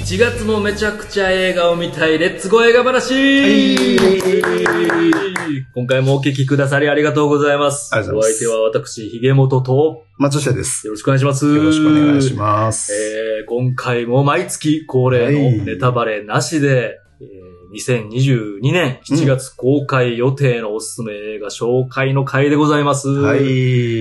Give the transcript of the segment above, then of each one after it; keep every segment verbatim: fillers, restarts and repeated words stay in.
しちがつもめちゃくちゃ映画を見たいレッツゴー映画話、はい、今回もお聞きくださりありがとうございます。 ありがとうございます。 お相手は私、ひげもとと松下です。 よろしくお願いします。 よろしくお願いします。 えー、今回も毎月恒例のネタバレなしで、はい、えー、にせんにじゅうにねんしちがつ公開予定のおすすめ映画紹介の回でございます。 はい。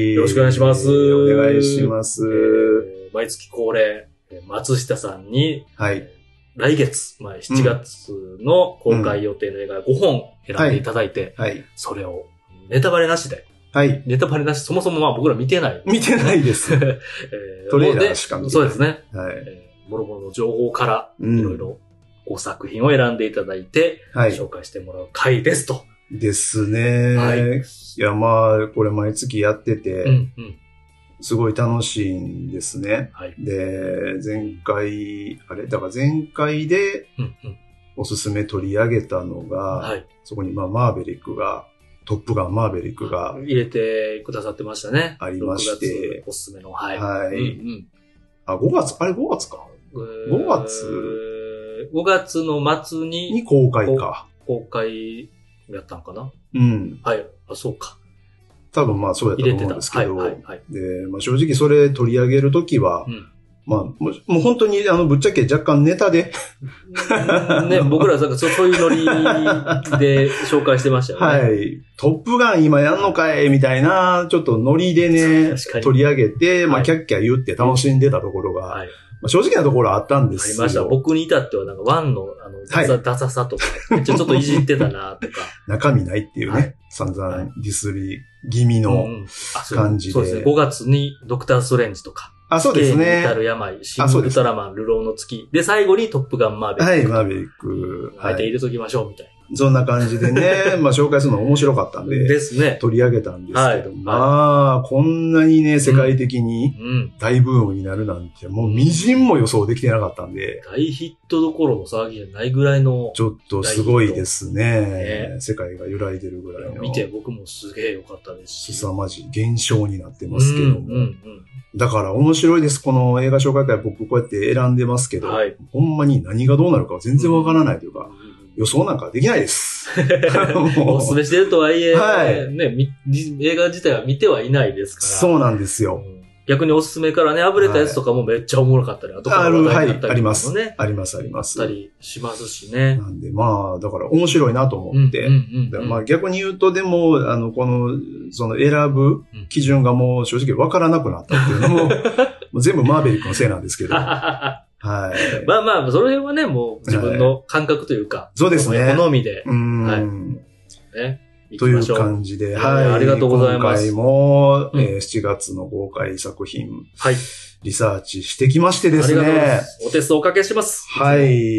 よろしくお願いします。 お願いします。 えー、毎月恒例、松下さんに、 はい。 来月、まあ、しちがつの公開予定の映画ごほん選んでいただいて、 はい。はい、それをネタバレなしで。 はい。 ネタバレなし、そもそもまあ僕ら見てない。 見てないです。えー、トレーラーしか見てない。 そうですね。 はい。 えー、もろもろの情報から、いろいろごさく品を選んでいただいて、はい。紹介してもらう回ですと。 ですね。はい。いや、まあ、これ毎月やってて、うんうん、すごい楽しいんですね。はい。で、前回、あれだから前回で、おすすめ取り上げたのが、はい。そこに、まあ、マーベリックが、トップガンマーベリックが、 入れてくださってましたね。 ありまして。 おすすめの、はい。 はい。 うんうん、 あ、ごがつ、あれごがつか。ごがつ。 ごがつの末に。 に公開か。 公開やったんかな。 うん。 はい。あ、そうか。 多分まあそうやったと思うんですけど、 はいはいはい、 で、まあ正直それ取り上げるときは、うん、まあもう、もう本当にあのぶっちゃけ若干ネタで、 ね、僕らなんかそういうノリで紹介してましたよね。 はい。トップガン今やんのかいみたいな、ちょっとノリでね、取り上げて、まあキャッキャ言って楽しんでたところが、はい、まあ、正直なところあったんですよ。 ありました。僕に至ってはなんかワンのあのダサ、はい、ダサさとか、めっちゃちょっといじってたなとか。 中身ないっていうね、はい、散々ディスり気味の感じで、 うんうん、そうですね。ごがつにドクターストレンジとか。 あ、そうですね。 至る病、新ウルトラマン、流浪の月。で、最後にトップガンマーベリック。 はい、マーベリック。 あえて入れときましょう、みたいな。 そんな感じでね、まあ紹介するの面白かったんで。 ですね。 取り上げたんですけど、はい、まあ、 はい、 こんなにね、世界的に大ブームになるなんて、もう微塵も予想できてなかったんで。 大ヒットどころの騒ぎじゃないぐらいの。 ちょっとすごいですね。ね、世界が揺らいでるぐらいの。 見て僕もすげえ良かったですし。 凄まじい現象になってますけども。 うんうんうん、 だから面白いです。この映画紹介会僕こうやって選んでますけど、はい、ほんまに何がどうなるかは全然わからないというか、うん、予想なんかできないです。 おすすめしてるとはいえ、はい、ね、映画自体は見てはいないですから。 そうなんですよ。 うん、逆におすすめからね、あぶれたやつとかもめっちゃおもろかったり、はい、後から話題になったりとかもね、 ある、はい、あります。あります、あります。 あったりしますしね。 なんでまあ、だから面白いなと思って、まあ逆に言うとでも、あの、この、その選ぶ基準がもう正直わからなくなったっていうのも、もう全部マーベリックのせいなんですけど。はい。 まあまあ、その辺はね、もう自分の感覚というか、はい、 そうですね。 好みで。 うん。 はい。 ね。という感じで、 はい。ありがとうございます。 今回も、うん、えー、しちがつの公開作品、はい。リサーチしてきましてですね。ありがとうございます。 お手数おかけします。 はい。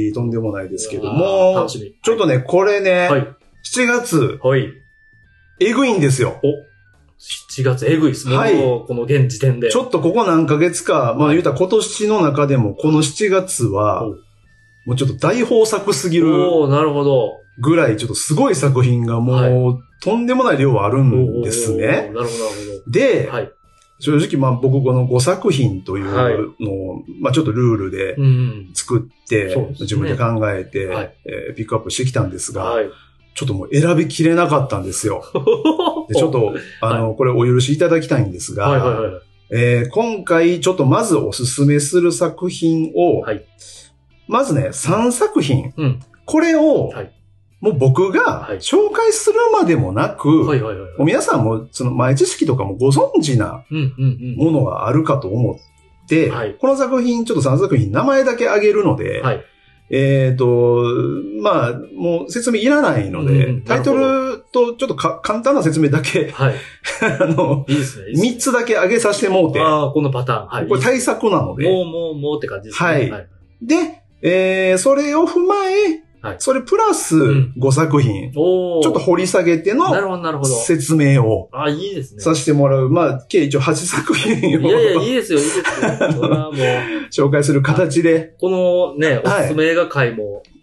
とんでもないですけども、 楽しみ。 ちょっとね、これね、はい。しちがつ、はい。えぐいんですよ。 おしちがつえぐいですね。はい。この現時点で。 ちょっとここ何ヶ月か、まあ言うたら今年の中でもこのしちがつは、もうちょっと大豊作すぎる。 おー、なるほど。 ぐらいちょっとすごい作品がもう、とんでもない量あるんですね。 なるほど、なるほど。 で、はい。正直まあ僕このごさく品というのを、まあちょっとルールで作って、自分で考えて、えー、ピックアップしてきたんですが、はい、ちょっともう選びきれなかったんですよ。でちょっと、あの、はい、これお許しいただきたいんですが、はいはいはいえー、今回ちょっとまずおすすめする作品を、はい、まずね、さんさく品、うん、これを、はい、もう僕が紹介するまでもなく、もう皆さんもその前知識とかもご存知なものがあるかと思って、はい、この作品ちょっとさんさく品名前だけ挙げるので、はいえっと、まあ、もう説明いらないので、うん、タイトルとちょっとか簡単な説明だけ、はい、あの、いいですね。いいですね。みっつだけ上げさせてもうて。 ああ、このパターン。はい。 これ対策なので。 もう、もう、もうって感じですね。 はい。はい、で、えー、それを踏まえ、はい、それプラスごさく品、うん、ちょっと掘り下げての説明をあ、いいですね。 させてもらう。まあ、計一応はちさく品を。 いやいや、いいですよ、いいですよ。それはもう紹介する形で。 このね、おすすめ映画会も、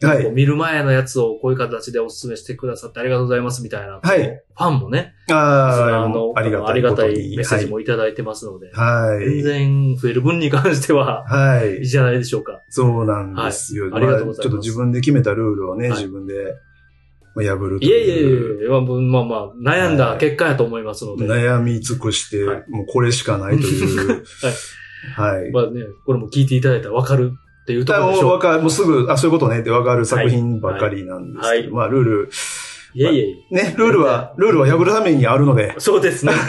はい。 見る前のやつをこういう形でお勧めしてくださってありがとうございますみたいな。 はい。 ファンもね。 ああの、ありがたい。ありがたいメッセージもいただいてますので。 はい。 全然増える分に関しては。 はい。 いいじゃないでしょうか。 そうなんですよ。 はい、ありがとうございます。 ちょっと自分で決めたルールをね、はい、自分で破るという。 いえいえいえ、まあまあ、悩んだ結果やと思いますので。 はい、悩み尽くして、はい、もうこれしかないという。はい。はい。 まあね、これも聞いていただいたらわかるっていうところでしょう。 わかる、もうすぐ、あ、そういうことねってわかる作品ばっかりなんですけど、はいはい、まあルール。 いえいえ。 ね、ルールは、ルールは破るためにあるので。 そうですね。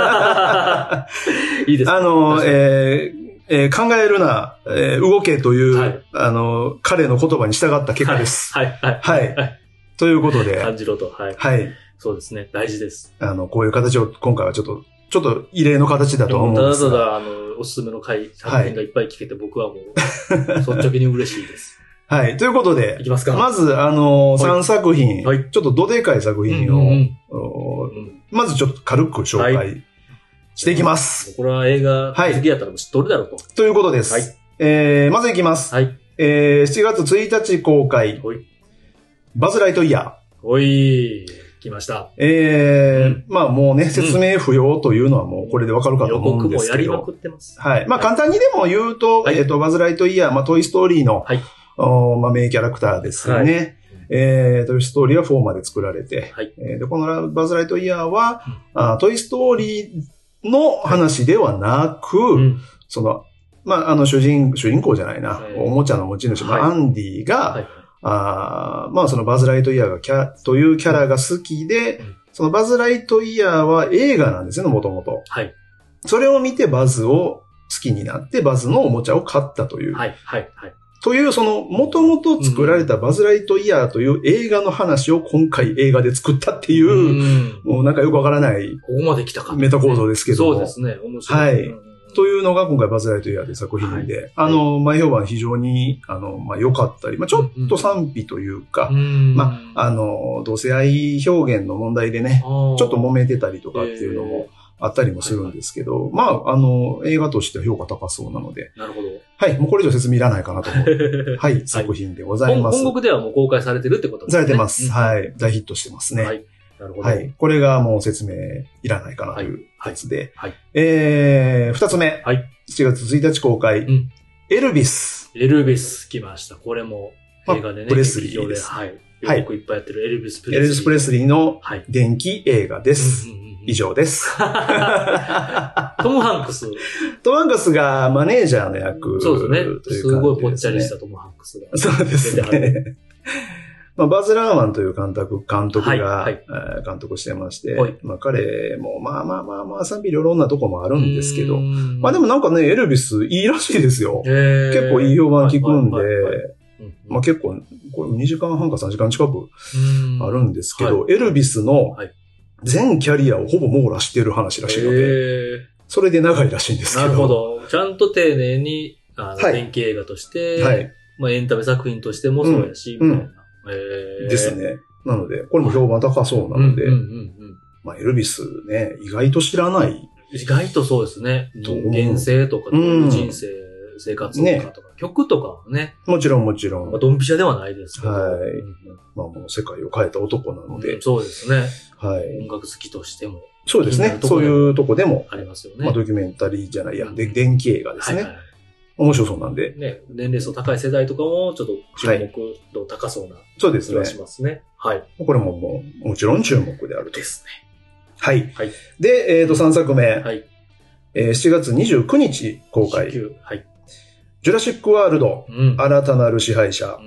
いいですね。 あの、えーえー、考えるな、えー、動けという、はい、あの、彼の言葉に従った結果です。 はい、はい、 はい。はい。ということで。 感じろと。はい。 はい。 そうですね。大事です。 あの、こういう形を、今回はちょっと、ちょっと異例の形だと思うんですが。 ただただ、あの、おすすめの回、作品がいっぱい聞けて、僕はもう、率直に嬉しいです。 はい。ということで。 いきますか。 まず、あの、さんさく品。はい。ちょっとどでかい作品を、うんうんうん、まずちょっと軽く紹介。はいしていきます。 これは映画好きやったら知っとるだろうと。 はい、ということです。はい。えー、まずいきます。はい。えー、しちがつついたち公開。はい。バズ・ライトイヤー。 おい、来ました。 えー、うん、まあもうね、説明不要というのはもうこれでわかるかと思うんですけど。 予告もやりまくってます。 はい。まあ簡単にでも言うと、はい、えっ、ー、と、バズ・ライトイヤー、まあトイ・ストーリーの、はい。おまあ名キャラクターですよね。はい、えー、トイ・ストーリーはフォーまで作られて、はい。えー、で、このバズ・ライトイヤーは、うん、あトイ・ストーリー、の話ではなく、はいうん、その、まあ、あの、主人、主人公じゃないな、はい、おもちゃの持ち主のアンディが、はい、あまあ、そのバズ・ライトイヤーがキャ、というキャラが好きで、うん、そのバズ・ライトイヤーは映画なんですよね、もともと。はい。それを見てバズを好きになって、バズのおもちゃを買ったという。はい、はい、はい。という、その、もともと作られたバズ・ライトイヤーという映画の話を今回映画で作ったっていう、うんもうなんかよくわからない。 ここまで来たか、 メタ構造ですけども。 そうですね。面白い。 はい。というのが今回バズ・ライトイヤーという作品で、はい、あの、前評判非常に、あの、まあ、良かったり、まあ、ちょっと賛否というか、うん、まあ、あの、同性愛表現の問題でね、ちょっと揉めてたりとかっていうのも、あったりもするんですけど、はいはい、まあ、あの、映画としては評価高そうなので。 なるほど。 はい、もうこれ以上説明いらないかなと思う。はい、作品でございます。 本国ではもう公開されてるってことですね。 されてます。うん、はい。大ヒットしてますね。はい。なるほど。はい。これがもう説明いらないかなというやつで。はい。はい、えー、二つ目。はい。しちがつついたち公開。うん。エルビス。 エルビス来ました。これも映画でね。 プレスリーです。 はい。はい。よくいっぱいやってるエルビス・プレスリー。 エルビス・プレスリーの電気映画です。うんうん以上です。 トム・ハンクス。 トム・ハンクスがマネージャーの役、 ね。そうですね。すごいぽっちゃりしたトム・ハンクスが。 そうですね。まあ、バズ・ラーマンという監督、監督が、はいはい、監督してまして、はい、まあ彼もまあまあまあまあ賛否両論なとこもあるんですけど、まあでもなんかね、エルビスいいらしいですよ。結構いい評判聞くんで、まあ結構、これにじかんはんかさんじかん近くあるんですけど、エルビスの、はい全キャリアをほぼ網羅してる話らしいので、それで長いらしいんですけど。 なるほど。ちゃんと丁寧に、あの、はい、電気映画として、はい、まあエンタメ作品としてもそうやし、うん、みたいな、 うん。ですね。なので、これも評判高そうなので、まあエルビスね、意外と知らない。 意外とそうですね。人生とか、人生、生活とかとか、ね、曲とかはね。 もちろんもちろん。 まあ、ドンピシャではないですけど。 はい。うん、まあもう世界を変えた男なので。 うん、そうですね。 はい。 音楽好きとしても。 そうですね。そういうとこでも。 ありますよね。 まあドキュメンタリーじゃないや、で、電気映画ですね。はいはい、面白そうなんで。 ね、年齢層高い世代とかも、ちょっと注目度高そうな、はい。 そうですね。気がしますね。はい。 これももう、もちろん注目であるですね。 はい。はい。で、えっと、さんさくめ。はい。えー、しちがつにじゅうくにち公開。はい。ジュラシックワールド、うん、新たなる支配者、うん、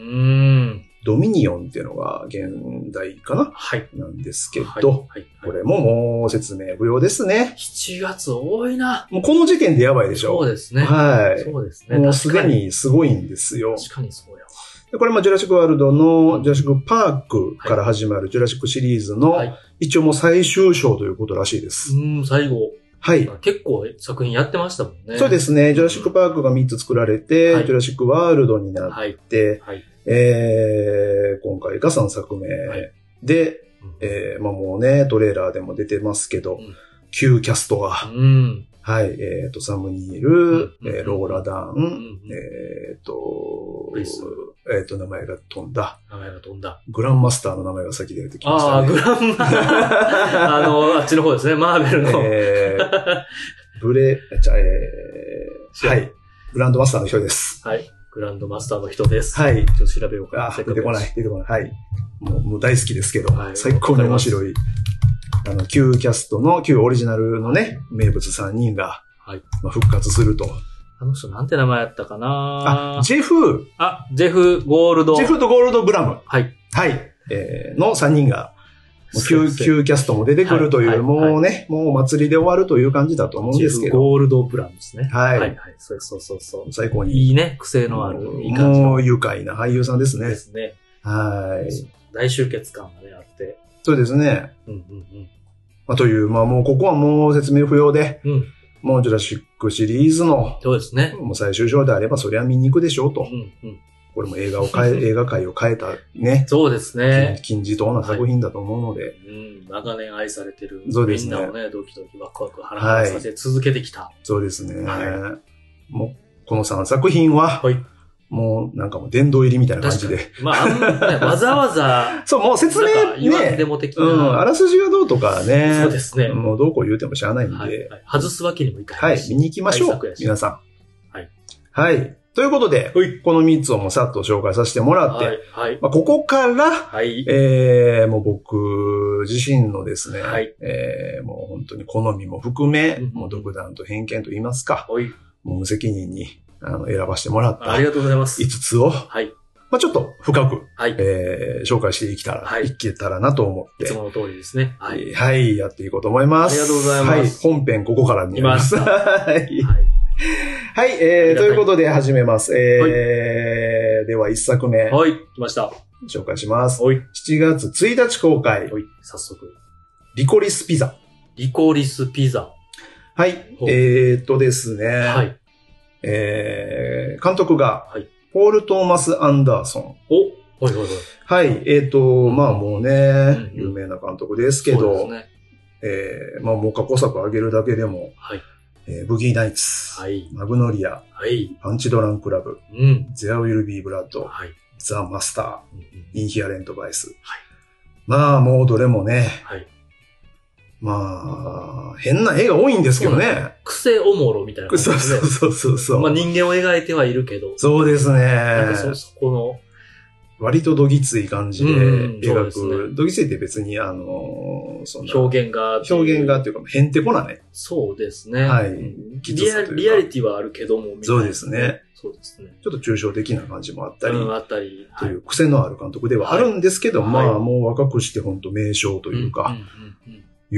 ドミニオンっていうのが現代かな、はい、なんですけど、はいはいはい、これももう説明不要ですね。 しちがつ多いな。 もうこの時点でやばいでしょ。 そうですね。 はい。 そうですね。 もうすでにすごいんですよ。 確かにそうやわ。 でこれもジュラシックワールドのジュラシックパークから始まるジュラシックシリーズの、はい、一応もう最終章ということらしいです。 うん、最後。 はい。 結構作品やってましたもんね。 そうですね。ジュラシックパークがみっつ作られて、はい、ジュラシックワールドになって、はいはい、えー、今回がさんさくめ、はい、で、うん、えー、まあもうね、トレーラーでも出てますけど、うん、 旧キャストが、 うん、 はい、えっ、ー、と、サムニール、うんえー、ローラダン、うん、えっ、ー、と、えっ、ー、と、名前が飛んだ。 名前が飛んだ。 グランマスターの名前が先出てきましたね。 ああ、グランマスター。あの、あっちの方ですね、マーベルの。えー、ブレ、じゃあ、えー、はい。グランドマスターの人です。 はい。グランドマスターの人です。 はい。 ちょっと調べようかな。 あ、出てこない、出てこない。はい。もう、もう大好きですけど、はい、最高に面白い。あの、旧キャストの、旧オリジナルのね、名物さんにんが、はい。まあ、復活すると。 あの人なんて名前やったかなあ、ジェフ。 あ、ジェフ・ゴールド。 ジェフとゴールド・ブラム。 はい。 はい。えー、のさんにんが、旧、旧キャストも出てくるという、はい、もうね、はい、もうお祭りで終わるという感じだと思うんですけど。 ジェフ・ゴールド・ブラムですね。 はい。 はい、はい。そうそうそうそう。 最高に。 いいね。癖のある、いい感じの。 もう愉快な俳優さんですね。 ですね。 はい。 大集結感がね、あって。 そうですね。 うんうんうん。 まあ、という、まあもうここはもう説明不要で、うん、もうジュラシックシリーズの、 そうですね。 もう最終章であればそりゃ見に行くでしょうと。 うんうん、 これも映画を変え、映画界を変えたね。 そうですね。 金字塔な作品だと思うので。はい、 うん、長年愛されてる。 そうですね。 みんなをね、ドキドキワクワクハラハラさせ続けてきた。はい、 そうですね。はい、もう、このさんさく品は、はい、もうなんかもう殿堂入りみたいな感じで。 まあ、あんまね、わざわざ。 そう、もう説明ね。 言わんでも的な。 うん、あらすじがどうとかね。 そうですね。 もうどうこう言うてもしゃあないんで。 はいはい、外すわけにもいかない。はい、見に行きましょう。皆さん。 はい。 はい。ということで、はい、このみっつをもうさっと紹介させてもらって、はいはいまあ、ここから、はいえー、もう僕自身のですね、はいえー、もう本当に好みも含め、うん、もう独断と偏見と言いますか、はい、もう無責任にあの選ばせてもらったありがとうございます。 いつつを、はいまあ、ちょっと深く、はいえー、紹介していけたら、はい、いけたらなと思って。 いつもの通りですね。 はい、はい、やっていこうと思います。 ありがとうございます。 はい、本編ここからになります。 いました。 はい。はい、えー、ということで始めます。えーはい、ではいっさくめ。 はい、来ました。 紹介します。はい。しちがつついたち公開。 はい、早速。 リコリスピザ。 リコリスピザ。 はい。えーっとですね。はい。えー、監督が、はい。ポール・トーマス・アンダーソン。 おはいはいはい。 はい。えーっと、まあもうね、うんうん、有名な監督ですけど、そうですね。えー、まあもう過去作上げるだけでも、はい。えー、ブギーナイツ、はい、マグノリア、はい、パンチドランクラブ、うん、There Will Be Blood、はい、ザ・マスター、うんうん、インヒアレント・バイス、はい。まあもうどれもね、はい、まあ変な絵が多いんですけどね。 癖おもろみたいな感じですね。 そうそうそうそう。 まあ人間を描いてはいるけど。 そうですね。 なんか そ, そこの割とどぎつい感じで描く。うんね、どぎついって別にあの、 そんな表現が。 表現がっていうか、へんてこなね。 そうですね。 はい。 リア、リアリティはあるけども、みたいな。 そうですね。 そうですね。 ちょっと抽象的な感じもあったり。 うん、あったり。 という癖のある監督ではあるんですけど、はい、まあもう若くして本当名将というか、いう、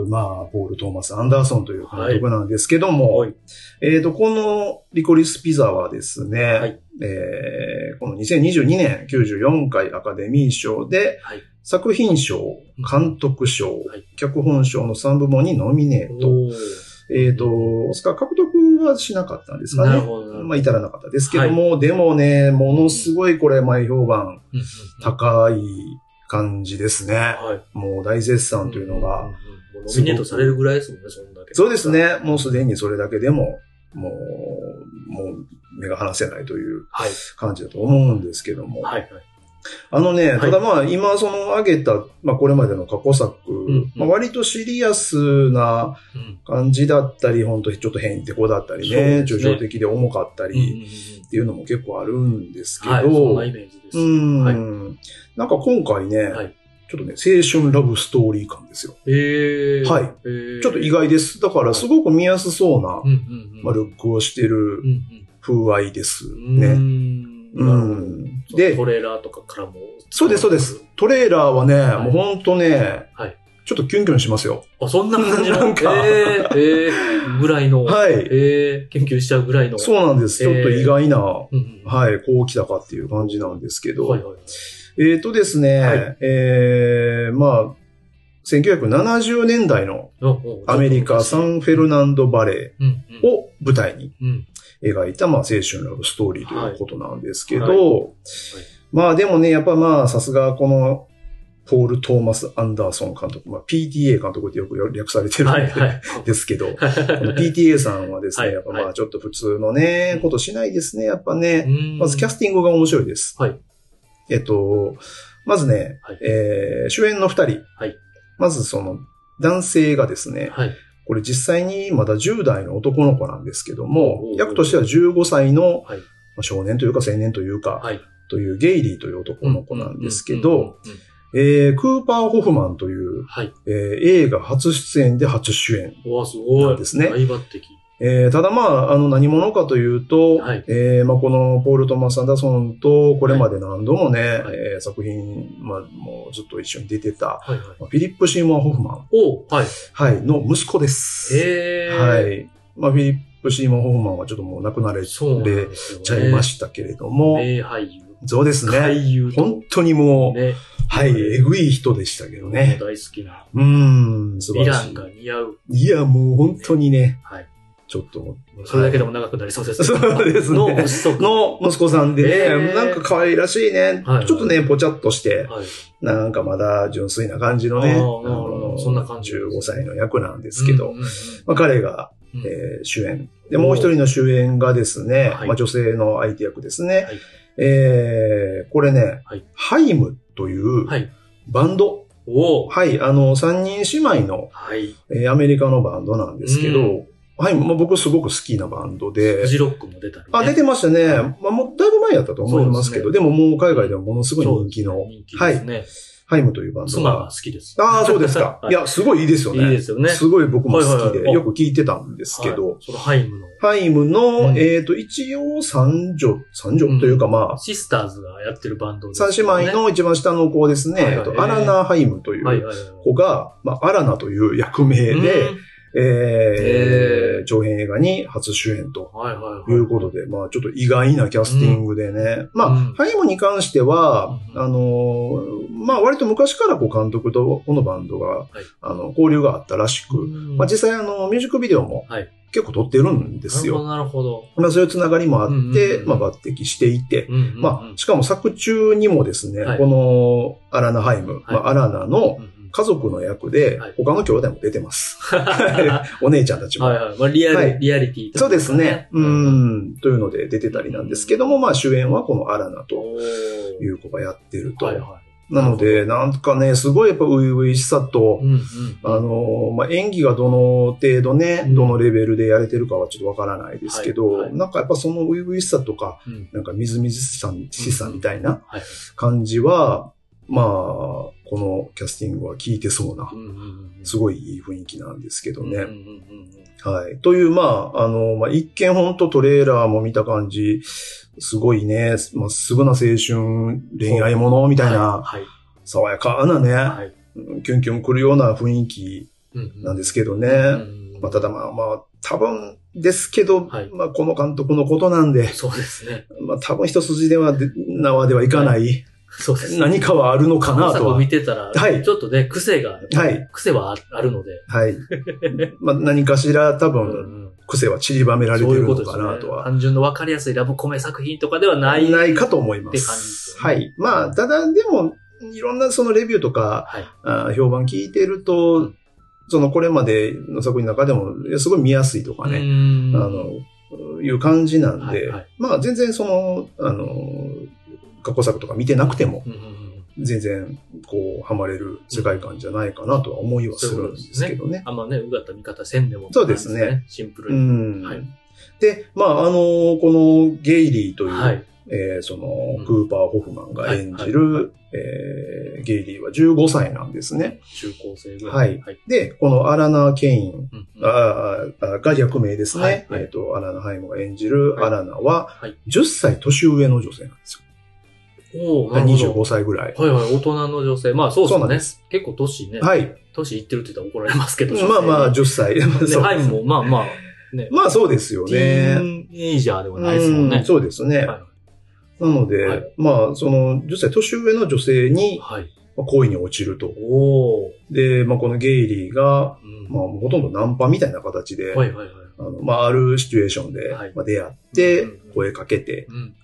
まあ、ポール・トーマス・アンダーソンという監督なんですけども、はい、えっと、このリコリス・ピザはですね、はい、えー、このにせんにじゅうにねんきゅうじゅうよんかいアカデミー賞で、はい、作品賞、監督賞、はい、脚本賞のさんぶもんにノミネート。えっと、オスカー獲得はしなかったんですかね。なるほど。まあ、至らなかったですけども、はい、でもね、ものすごいこれ前評判高い感じですね。はい、もう大絶賛というのが。 ノミネートされるぐらいですもんね、そんだけ。 そうですね。もうすでにそれだけでも、もう、もう目が離せないという感じだと思うんですけども。はいはい、あのね、ただまあ今その挙げた、まあこれまでの過去作、うんうん、まあ、割とシリアスな感じだったり、本当にちょっとへんてこだったりね、抽象的で重かったりっていうのも結構あるんですけど、はい、 そんなイメージです。 うん、はい、なんか今回ね、はい、ちょっとね、青春ラブストーリー感ですよ。 へー。 はい。へー。ちょっと意外です。だからすごく見やすそうな、はいまあ、ルックをしてる風合いですね。うんうん、で、トレーラーとかからも。 そうです、そうです。トレーラーはね、はい、もうほんとね、はい、ちょっとキュンキュンしますよ。 あ、そんな感じのなんか、 えー、えー、ぐらいの。はい。えー、キュンキュンしちゃうぐらいの。 そうなんです。ちょっと意外な、えー、はい、こう来たかっていう感じなんですけど。はいはい、えーとですね、はい、えー、まあ、せんきゅうひゃくななじゅうねんだいのアメリカサンフェルナンドバレーを舞台に描いた、まあ、青春ラブストーリーということなんですけど、はいはいはい、まあでもね、やっぱまあ、さすがこのポール・トーマス・アンダーソン監督、まあ、ピーティーエー 監督ってよく略されてるんで、はいはい、ですけど、この ピーティーエー さんはですね、はい、やっぱまあちょっと普通のね、ことしないですね、やっぱね。まずキャスティングが面白いです。はい、えっと、まずね、はい、えー、主演の二人。はい、まずその男性がですね、はい、これ実際にまだじゅう代の男の子なんですけども、役としてはじゅうごさいの少年というか青年というか、はい、というゲイリーという男の子なんですけど、えー、クーパー・ホフマンという、はい、えー、映画初出演で初主演なんですね。 大抜擢。 えー、ただまあ、あの何者かというと、はい、えー、まあこのポール・トーマス・アンダーソンとこれまで何度もね、はい、えー、作品、まあもうずっと一緒に出てた、はいはい、フィリップ・シーモア・ホフマン。 おはい。 はい、の息子です。 へー。 はい。まあフィリップ・シーモア・ホフマンはちょっともう亡くなれちゃいましたけれども。 名俳優。 そうですね。 俳優。 本当にもう、ね、はい、えぐい人でしたけどね。 大好きな。 うーん、素晴らしい。 ヴィランが似合う。 いや、もう本当にね。はい。ちょっと。 それだけでも長くなりそうですね。そうですね。 の息子。 の息子さんでね、なんか可愛らしいね。ちょっとね、ぽちゃっとして、なんかまだ純粋な感じのね、 そんな感じ。 じゅうごさいの役なんですけど、まあ彼が主演。で、もう一人の主演がですね、まあ女性の相手役ですね。えー、これね、ハイムというバンド。はい、あの、三人姉妹の、はいえー、アメリカのバンドなんですけど、うん、はい、まあ、僕すごく好きなバンドで。 フジロックも出たり、ね。 あ、出てましたね。はい、まあ、もうだいぶ前やったと思いますけど、で, ね、でももう海外ではものすごい人気の、 人気ですね、 はい。ハイムというバンドが。 妻が好きです。 ああ、そうですか。はい、いや、すごいいいですよね。 いいですよね。 すごい僕も好きで、よく聞いてたんですけど。はい、 そのハイムの。 ハイムの、うん、えっと、一応三女、三女というかまあ、うん。 シスターズがやってるバンドですね。三姉妹の一番下の子ですね。はいはいえっと、アラナ・ハイムという子が、まあ、アラナという役名で、うんえー、長編映画に初主演ということで、まあちょっと意外なキャスティングでね。うん、まあ、うん、ハイムに関しては、うん、あの、まあ割と昔からこう監督とこのバンドが、はい、あの、交流があったらしく、うん、まあ実際あの、ミュージックビデオも、はい結構撮ってるんですよ。 なるほど。 まあそういうつながりもあって、うんうんうん、まあ抜擢していて、うんうんうん、まあしかも作中にもですね、はい、このアラナハイム、はいまあ、アラナの家族の役で、他の兄弟も出てます。はい、お姉ちゃんたちも。 はいはいまあ、リアル、はい、リアリティ、ね、 そうですね。うん。というので出てたりなんですけども、まあ主演はこのアラナという子がやってると。はいはいなので、なんかね、すごいやっぱ初々しさと、うんうん、あの、まあ、演技がどの程度ね、うん、どのレベルでやれてるかはちょっとわからないですけど、はいはい、なんかやっぱその初々しさとか、うん、なんかみずみずしさ、しさみたいな感じは、まあ、このキャスティングは効いてそうな、すごいいい雰囲気なんですけどね。はい。という、まあ、あの、まあ、一見ほんとトレーラーも見た感じ、すごいね、まっすぐな青春恋愛ものみたいな、はいはい、爽やかなね、はい、キュンキュン来るような雰囲気なんですけどね。うんうんまあ、ただまあまあ、多分ですけど、はい、まあこの監督のことなんで、 そうですね。 まあ多分一筋では、縄ではいかない。はいそうですね。 何かはあるのかなとは。 見てたら、はい。ちょっとね、癖が、はい。癖はあるので。 はい。まあ何かしら多分、癖は散りばめられてるのかなとは。 単純の分かりやすいラブコメ作品とかではない。 ないかと思います。って感じですよね。はい。まあ、ただでも、いろんなそのレビューとか、はい、あ評判聞いてると、そのこれまでの作品の中でも、すごい見やすいとかね、あの、いう感じなんで、はいはい、まあ全然その、あの、過去作とか見てなくても、全然、こう、ハマれる世界観じゃないかなとは思いはするんですけどね。 ねあんまね、うがった見方せんでも、 ね。そうですね。 シンプルに。うんはい、 で、まあ、あの、このゲイリーという、はい、えー、その、クーパー・ホフマンが演じる、はいはいえー、ゲイリーはじゅうごさいなんですね。 中高生ぐらい。 はい。で、このアラナ・ケイン、うんうん、ああが役名ですね。はいはい、えっ、ー、と、アラナ・ハイムが演じるアラナは、じゅっさい年上の女性なんですよ。おにじゅうごさいぐらい。 はいはい、大人の女性。まあそうですね。そうなんです。結構年ね。はい。年いってるって言ったら怒られますけど。 まあまあ、じゅっさい。 ね、ハイムもまあまあ、ね。 まあそうですよね。 ティーンエイジャーではないですもんね。 うんそうですね。はい、なので、はい、まあ、その、じゅっさい年上の女性に、はい、恋に落ちると。おで、まあこのゲイリーが、うん、まあほとんどナンパみたいな形で、はいはいはい、あのまああるシチュエーションで、はいまあ、出会って、声かけて、うん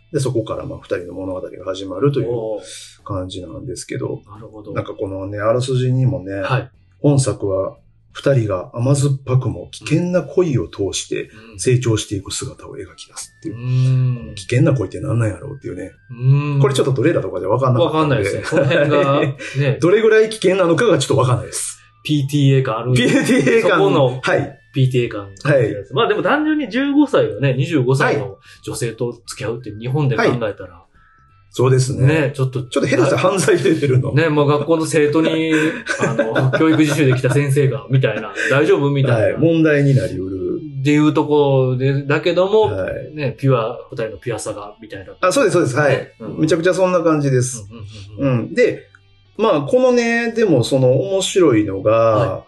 で、そこからまあ二人の物語が始まるという感じなんですけど。 なるほど。 なんかこのね、あらすじにもね、 はい、 本作は二人が甘酸っぱくも危険な恋を通して成長していく姿を描き出すっていう。うん、危険な恋って何なんやろうっていうね。うん、これちょっとトレーラーとかでわかんなかったんで。 わかんないですね。この辺が、ね、 どれぐらい危険なのかがちょっとわかんないです。 ピーティーエー 感あるんで。 ピーティーエー 感。 そこの、 はい。 ピーティーエー 感。はい。まあでも単純にじゅうごさいがね、にじゅうごさいの女性と付き合うって日本で考えたら、はい、 そうですね。 ね、ちょっと。 ちょっと変な犯罪出てるの。 ね、もう学校の生徒に、あの、教育実習で来た先生が、みたいな、大丈夫みたいな。はい、 問題になりうる。 っていうところで、だけども、はい、ね、ピュア、二人のピュアさが、みたいな。 あ、そうです、そうです。はい、うん。めちゃくちゃそんな感じです。うん、うんうん。で、まあ、このね、でもその面白いのが、はい、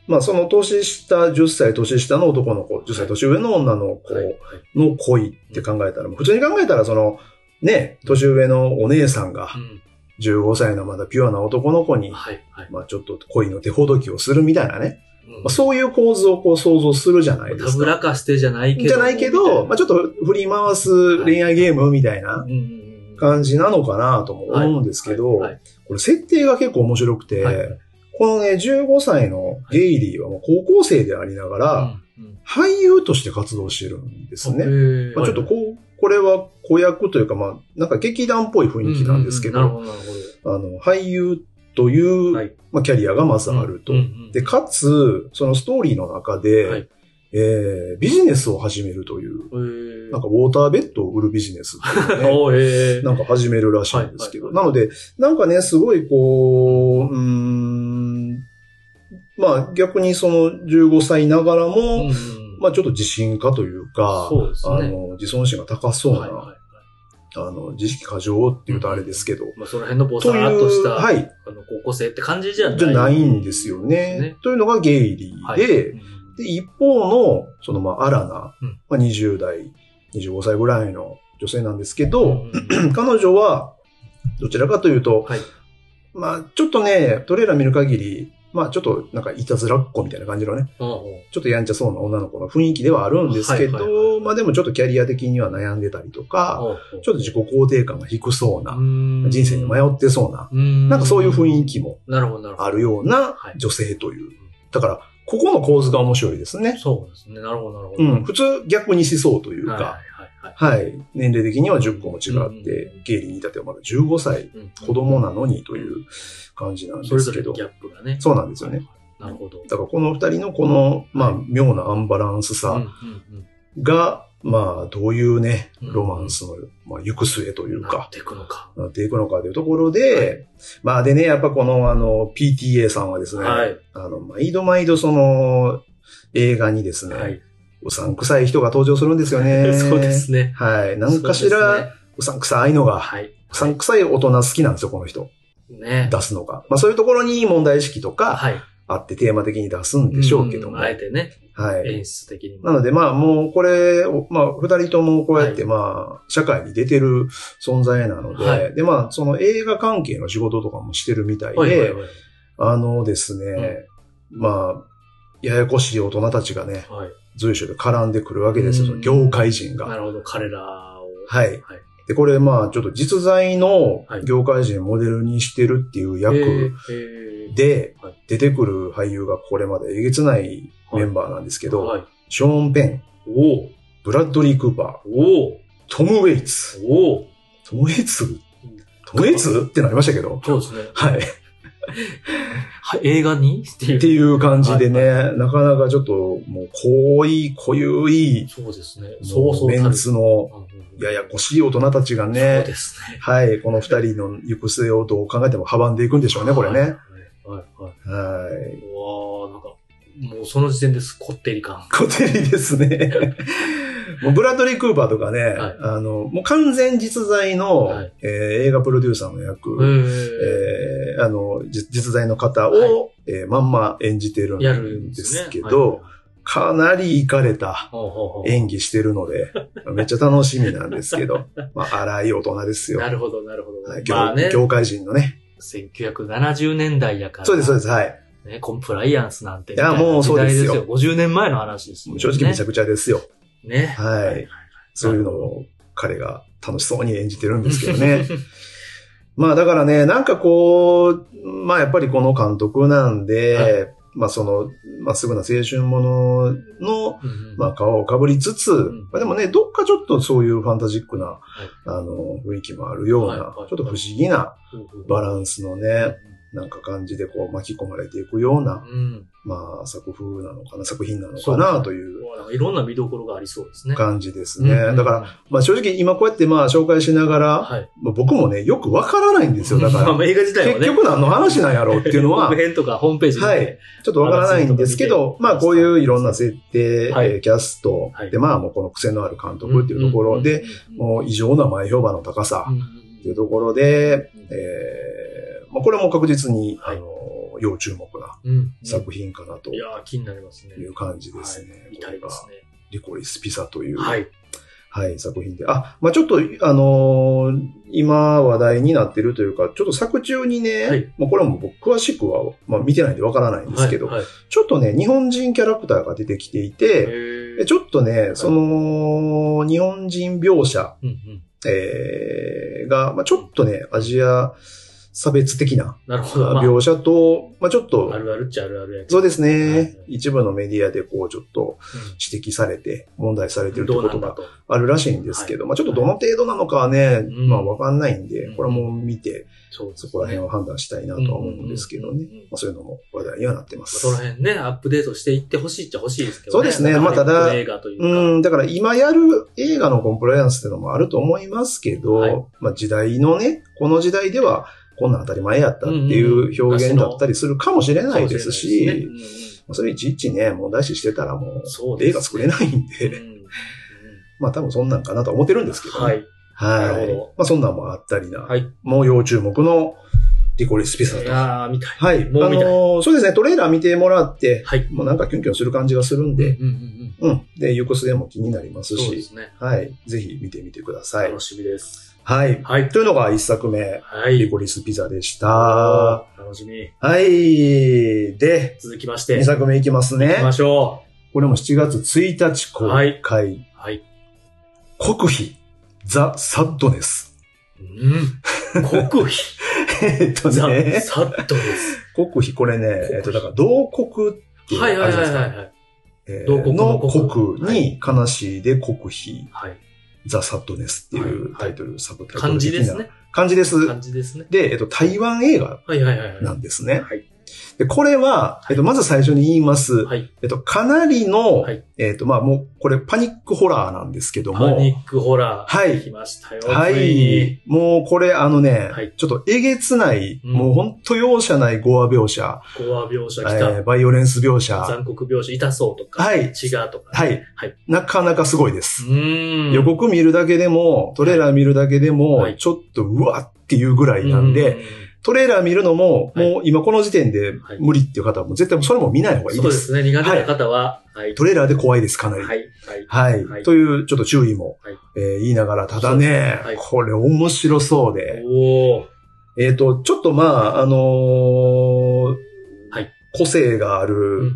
まあ、その年下、じゅっさい年下の男の子、じゅっさい年上の女の子の恋って考えたら、普通に考えたらその、ね、年上のお姉さんが、じゅうごさいのまだピュアな男の子に、まあちょっと恋の手ほどきをするみたいなね。まあ、そういう構図をこう想像するじゃないですか。 たぶらかしてじゃないけど。 じゃないけど、まあちょっと振り回す恋愛ゲームみたいな感じなのかなとも思うんですけど、これ設定が結構面白くて、このね、じゅうごさいのゲイリーはもう高校生でありながら、俳優として活動してるんですね。まあ、ちょっとこう、これは子役というか、まあ、なんか劇団っぽい雰囲気なんですけど、あの、俳優という、はい、まあ、キャリアがまずあると。うんうん、で、かつ、そのストーリーの中で、はい、えー、ビジネスを始めるという、なんかウォーターベッドを売るビジネスっていうね、なんか始めるらしいんですけど、はいはいはい、なので、なんかね、すごいこう、うーん、まあ逆にそのじゅうごさいながらも、うんうん、まあちょっと自信家というか、 そうですね、 あの、自尊心が高そうな、はいはい、あの、自意識過剰って言うとあれですけど。うん、 まあその辺のボサーっとした、はい、あの高校生って感じじゃない。 じゃないんですよね。ねというのがゲイリーで、はい、で、一方の、そのまあ、アラナ、うん、まあ、にじゅう代、にじゅうごさいぐらいの女性なんですけど、うんうん、彼女は、どちらかというと、はい、まあ、ちょっとね、トレーラー見る限り、まあ、ちょっとなんかいたずらっ子みたいな感じのね、うんうん、ちょっとやんちゃそうな女の子の雰囲気ではあるんですけど、はいはいはい、まあでもちょっとキャリア的には悩んでたりとか、うんうん、ちょっと自己肯定感が低そうな、人生に迷ってそうな、んなんかそういう雰囲気もあるような女性という。だから、ここの構図が面白いですね。 そうですね。なるほど、なるほど。 うん。普通逆にしそうというか、はいはいはいはい、年齢的にはじゅっこも違って、うん、ゲイリーに至ってはまだじゅうごさい、うん、子供なのにという感じなんですけど。それぞれギャップがね。 そうなんですよね。 なるほど。 だからこの二人のこの、まあ、妙なアンバランスさが、まあ、どういうね、ロマンスの、まあ、行く末というか。 なっていくのか。 なっていくのかというところで、はい、まあでね、やっぱこの、あの、ピーティーエー さんはですね、はい、あの、毎度毎度その、映画にですね、はい、うさんくさい人が登場するんですよね。 そうですね。 はい。なんかしら、う, ね、うさんくさいのが、はい、うさんくさい大人好きなんですよ、この人。ね。出すのが。まあそういうところに問題意識とか、はい。あってテーマ的に出すんでしょうけども。 あえてね。 はい。 演出的にも。 なのでまあもうこれ、まあ二人ともこうやってまあ、社会に出てる存在なので、はい、でまあその映画関係の仕事とかもしてるみたいで、はいはいはい、あのですね、うん、まあ、ややこしい大人たちがね、はい、随所で絡んでくるわけですよ、業界人が。 なるほど、彼らを。 はい。はい、で、これまあちょっと実在の業界人モデルにしてるっていう役、で、出てくる俳優がこれまでえげつないメンバーなんですけど、はいはい、ショーン・ペン、おブラッドリー・クーパー、おトム・ウェイツ、おトム・ウェイツトム・ウェイツってなりましたけど。 そうですね。 はい。 はい、映画にっていう。っていう感じでね、はいはい、なかなかちょっともう濃い、濃ゆい、 そうですね。 そうそう。メンツのややこしい大人たちがね、 そうですね。 はい、この二人の行く末をどう考えても阻んでいくんでしょうね、これね。はい。 はい、はい。はい。うわー、なんか、もうその時点です、こってり感。 こってりですね。もうブラッドリー・クーパーとかね、はい、あの、もう完全実在の、はい、えー、映画プロデューサーの役、えー、あの、実在の方を、はい、えー、まんま演じてるんですけど、ねはい、かなりイカれた演技してるので、めっちゃ楽しみなんですけど、まあ、荒い大人ですよ。 なるほど、なるほど。 はい、まあね、業界人のね。 せんきゅうひゃくななじゅうねんだいやから。 そうです、そうです、はい。 ね、コンプライアンスなんて。 いや、もうそうですよ。 ごじゅうねんまえの話ですよね。 正直めちゃくちゃですよ。 ね。 はい。はい、そういうのを彼が楽しそうに演じてるんですけどね。まあだからね、なんかこう、まあやっぱりこの監督なんで、はい、まあその、まっすぐな青春ものの、うんうん、まあ皮をかぶりつつ、うん、まあでもね、どっかちょっとそういうファンタジックな、はい、あの、雰囲気もあるような、はいはいはい、ちょっと不思議なバランスのね、なんか感じでこう巻き込まれていくような、うん、まあ作風なのかな、作品なのかなという。 いろんな見どころがありそうですね。 感じですね。うんうん、だから、まあ正直今こうやってまあ紹介しながら、はい、まあ、僕もね、よくわからないんですよ。だから、 まあ映画自体はね。 結局何の話なんやろうっていうのは、 本編とかホームページで、 はい。ちょっとわからないんですけど、まあこういういろんな設定、はい、キャスト、はい、でまあもうこの癖のある監督っていうところで、もう異常な前評判の高さっていうところで、えー、まあこれも確実に、はい、あの、要注目な作品かなと、うんうん。いやー、気になりますね。 いう感じですね。 はい、見たいですね。 リコリスピザという、 はい。 はい、作品で。あ、まあちょっと、あのー、今話題になってるというか、ちょっと作中にね、はい、まあこれも僕詳しくは、まあ見てないんでわからないんですけど、はいはい、ちょっとね、日本人キャラクターが出てきていて、ちょっとね、その、はい、日本人描写、うんうん、えー、が、まあちょっとね、アジア、差別的な描写と、まあちょっと、 あるあるっちゃあるあるやそうですね。一部のメディアでこうちょっと指摘されて、問題されてるってことがあるらしいんですけど、まあちょっとどの程度なのかはね、まあわかんないんで、これも見て、そこら辺を判断したいなとは思うんですけどね。まあそういうのも話題にはなってます。 その辺ね、アップデートしていってほしいっちゃ欲しいですけどね。 そうですね。まあただ、うん、だから今やる映画のコンプライアンスっていうのもあると思いますけど、まあ時代のね、この時代では、こんなん当たり前やったっていう表現だったりするかもしれないですし、それいちいちね、問題視してたらもう映画作れないんで、まあ多分そんなんかなと思ってるんですけどね。はい。はい。まあそんなんもあったりな。はい。もう要注目のリコリスピザと。 いやー、見たい。 はい。もう見たい。あのー、そうですね、トレーラー見てもらって、はい。もうなんかキュンキュンする感じがするんで、うんうんうん。うん。で、ユコスでも気になりますし、そうですね。はい。ぜひ見てみてください。 楽しみです。 はい。はい。というのが一作目。はい。リコリスピザでした。 楽しみ。 はい。で、 続きまして。 二作目いきますね。 行きましょう。これもしちがつついたち公開。はい。はい。国費、ザ・サッドネス。 うん。国費。 えっとね。 ザ・サッドネス。 国費、これね、えっと、だから、同国っていう。 はいはいはいはい。 えー、同国の国に悲しいで国費。はい。ザ・サッドネスっていうタイトル、はいはい、サブタイトル的な。 漢字ですね。 漢字です。 漢字ですね。 で、えっと、台湾映画なんですね。はいはいはいはい。で、これは、えっと、まず最初に言います。はい。えっと、かなりの、はい、えっと、まあ、もう、これパニックホラーなんですけども。 パニックホラー。 はい。 来ましたよ。 はい。もう、これ、あのね、はい、ちょっとえげつない、うん、もうほんと容赦ないゴア描写。 ゴア描写来た。 えー、バイオレンス描写。 残酷描写、痛そうとか。はい。血がとか、ね。 はい。はい。なかなかすごいです。うん。予告見るだけでも、トレーラー見るだけでも、はい、ちょっと、うわっていうぐらいなんで、トレーラー見るのも、はい、もう今この時点で無理っていう方はもう絶対それも見ない方がいいです。 そうですね。苦手な方は、 はい。トレーラーで怖いです、かなり。はい。はい。はい。というちょっと注意も、はい、えー、言いながら、ただね、はい、これ面白そうで。おえっ、ー、と、ちょっとまあ、あのー、はい。個性がある、うん、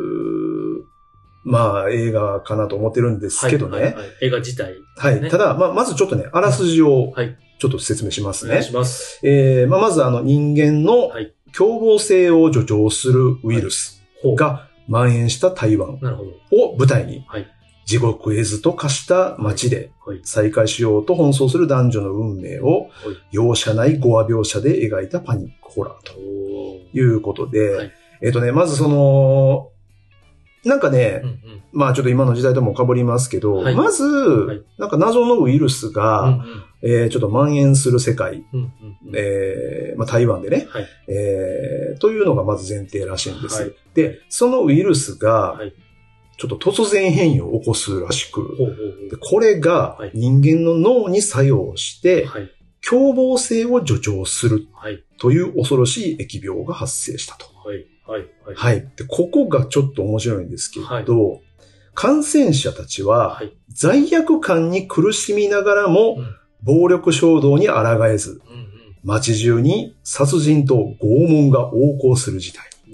まあ、映画かなと思ってるんですけどね。はいはいはい、 映画自体、ね。 はい。ただ、まあ、まずちょっとね、あらすじを、はい。ちょっと説明しますね。お願いします。えー、まあ、まずあの人間の凶暴性を助長するウイルスが蔓延した台湾を舞台に、地獄絵図と化した街で再会しようと奔走する男女の運命を容赦ないゴア描写で描いたパニックホラーということで、はい、えっとね、まずその、なんかね、うんうん、まあちょっと今の時代とも被りますけど、はい、まず、はい、なんか謎のウイルスが、うんうんえー、ちょっと蔓延する世界、うんうんうんえーまあ、台湾でね、はいえー、というのがまず前提らしいんです。はい、で、そのウイルスが、ちょっと突然変異を起こすらしく、はい、でこれが人間の脳に作用して、はい、凶暴性を助長するという恐ろしい疫病が発生したと。はいはいはいはい、でここがちょっと面白いんですけど、はい、感染者たちは罪悪感に苦しみながらも、うん暴力衝動に抗えず、うんうん、街中に殺人と拷問が横行する事態。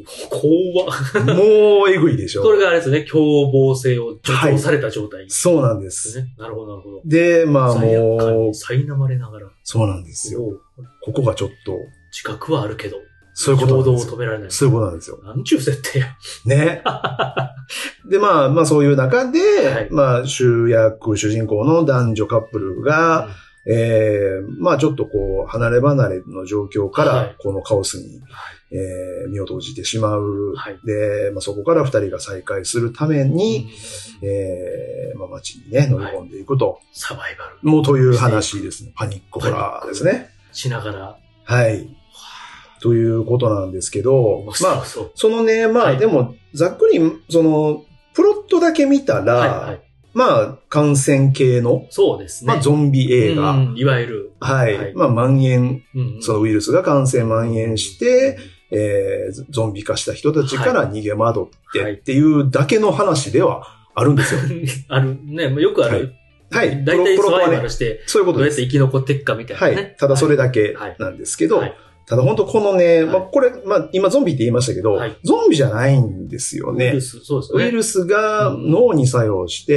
怖もうえぐいでしょ。 これがあれですね、凶暴性を助長された状態、はい。 そうなんです。 ね。なるほど、なるほど。 で、まあもう。 苛まれながら。 そうなんですよ。ここがちょっと。 自覚はあるけど。 そういうことなんですよ。 行動を止められない。 そういうことなんですよ。 なんちゅう設定や。 ね。で、まあ、まあそういう中で、はい、まあ主役、主人公の男女カップルが、うん、ええー、まあちょっとこう、離れ離れの状況から、このカオスに、はい、えー、身を投じてしまう。はい、で、まあそこから二人が再会するために、うん、ええー、まあ街にね、乗り込んでいくと。はい、 サバイバル。 もうという話ですね。パニックホラーですね。 しながら。 はい。ということなんですけど、まあ、そのね、まあ、はい、でも、ざっくり、その、プロットだけ見たら、はいはい、まあ、感染系の、 そうですね。 まあ、ゾンビ映画。 うん、いわゆる。 はい。はい、まあ、蔓延、うんうん、そのウイルスが感染蔓延して、えー、ゾンビ化した人たちから逃げ惑ってっていうだけの話ではあるんですよ。はい、 ある、ね、よくある。はい。はい。大体サバイバルして、そういうことです。どうやって生き残っていくかみたいな、ね。はい。 ただそれだけなんですけど、はいはい、ただ本当このね、はい、まあこれ、まあ今ゾンビって言いましたけど、はい、ゾンビじゃないんですよね。ウイルス、そうですね。ウイルスが脳に作用して、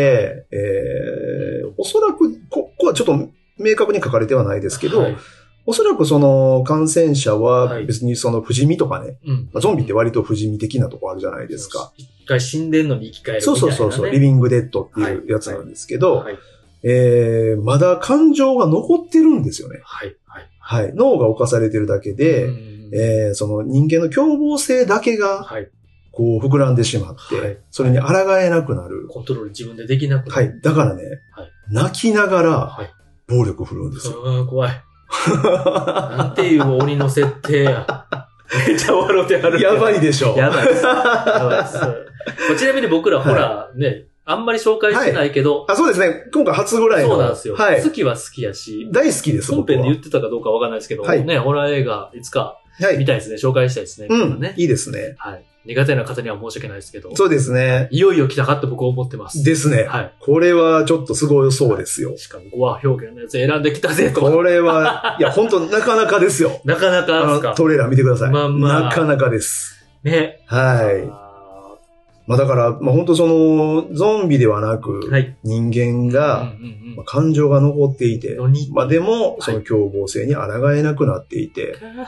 うん、えー、おそらく、ここはちょっと明確に書かれてはないですけど、はい、おそらくその感染者は別にその不死身とかね、はい、まあ、ゾンビって割と不死身的なとこあるじゃないですか。 一回死んでんのに生き返るみたいな、ね。そうそうそう、 リビングデッドっていうやつなんですけど、はいはいはい、えー、まだ感情が残ってるんですよね。はい。はい。脳が侵されてるだけで、えー、その人間の凶暴性だけが、こう膨らんでしまって、はい、それに抗えなくなる。 コントロール自分でできなくなる。 はい。だからね、はい、泣きながら、暴力振るうんですよ。 はい、怖い。なんていう鬼の設定や。めっちゃ笑ってある。 やばいでしょ。 やばいです。やばいです。ちなみに僕らホラーね、はい、あんまり紹介してないけど、 はい。あ、そうですね。今回初ぐらいの。 そうなんですよ。はい。好きは好きやし。 大好きです。 本編で言ってたかどうかわかんないですけど、はい、ね、ホラー映画、いつか、はい。見たいですね。紹介したいですね。 うん。ね、いいですね。 はい。苦手な方には申し訳ないですけど。 そうですね。 いよいよ来たかって僕は思ってます。 ですね。はい。これはちょっとすごいそうですよ。 しかも語話表現のやつ選んできたぜと。 これは、いや、本当なかなかですよ。 なかなかですか。 トレーラー見てください。 まあまあ。 なかなかです。 ね。 はい。まあだから、まあ本当その、ゾンビではなく、はい、人間が、うんうんうんまあ、感情が残っていて、まあでも、その凶暴性に抗えなくなっていて、はい、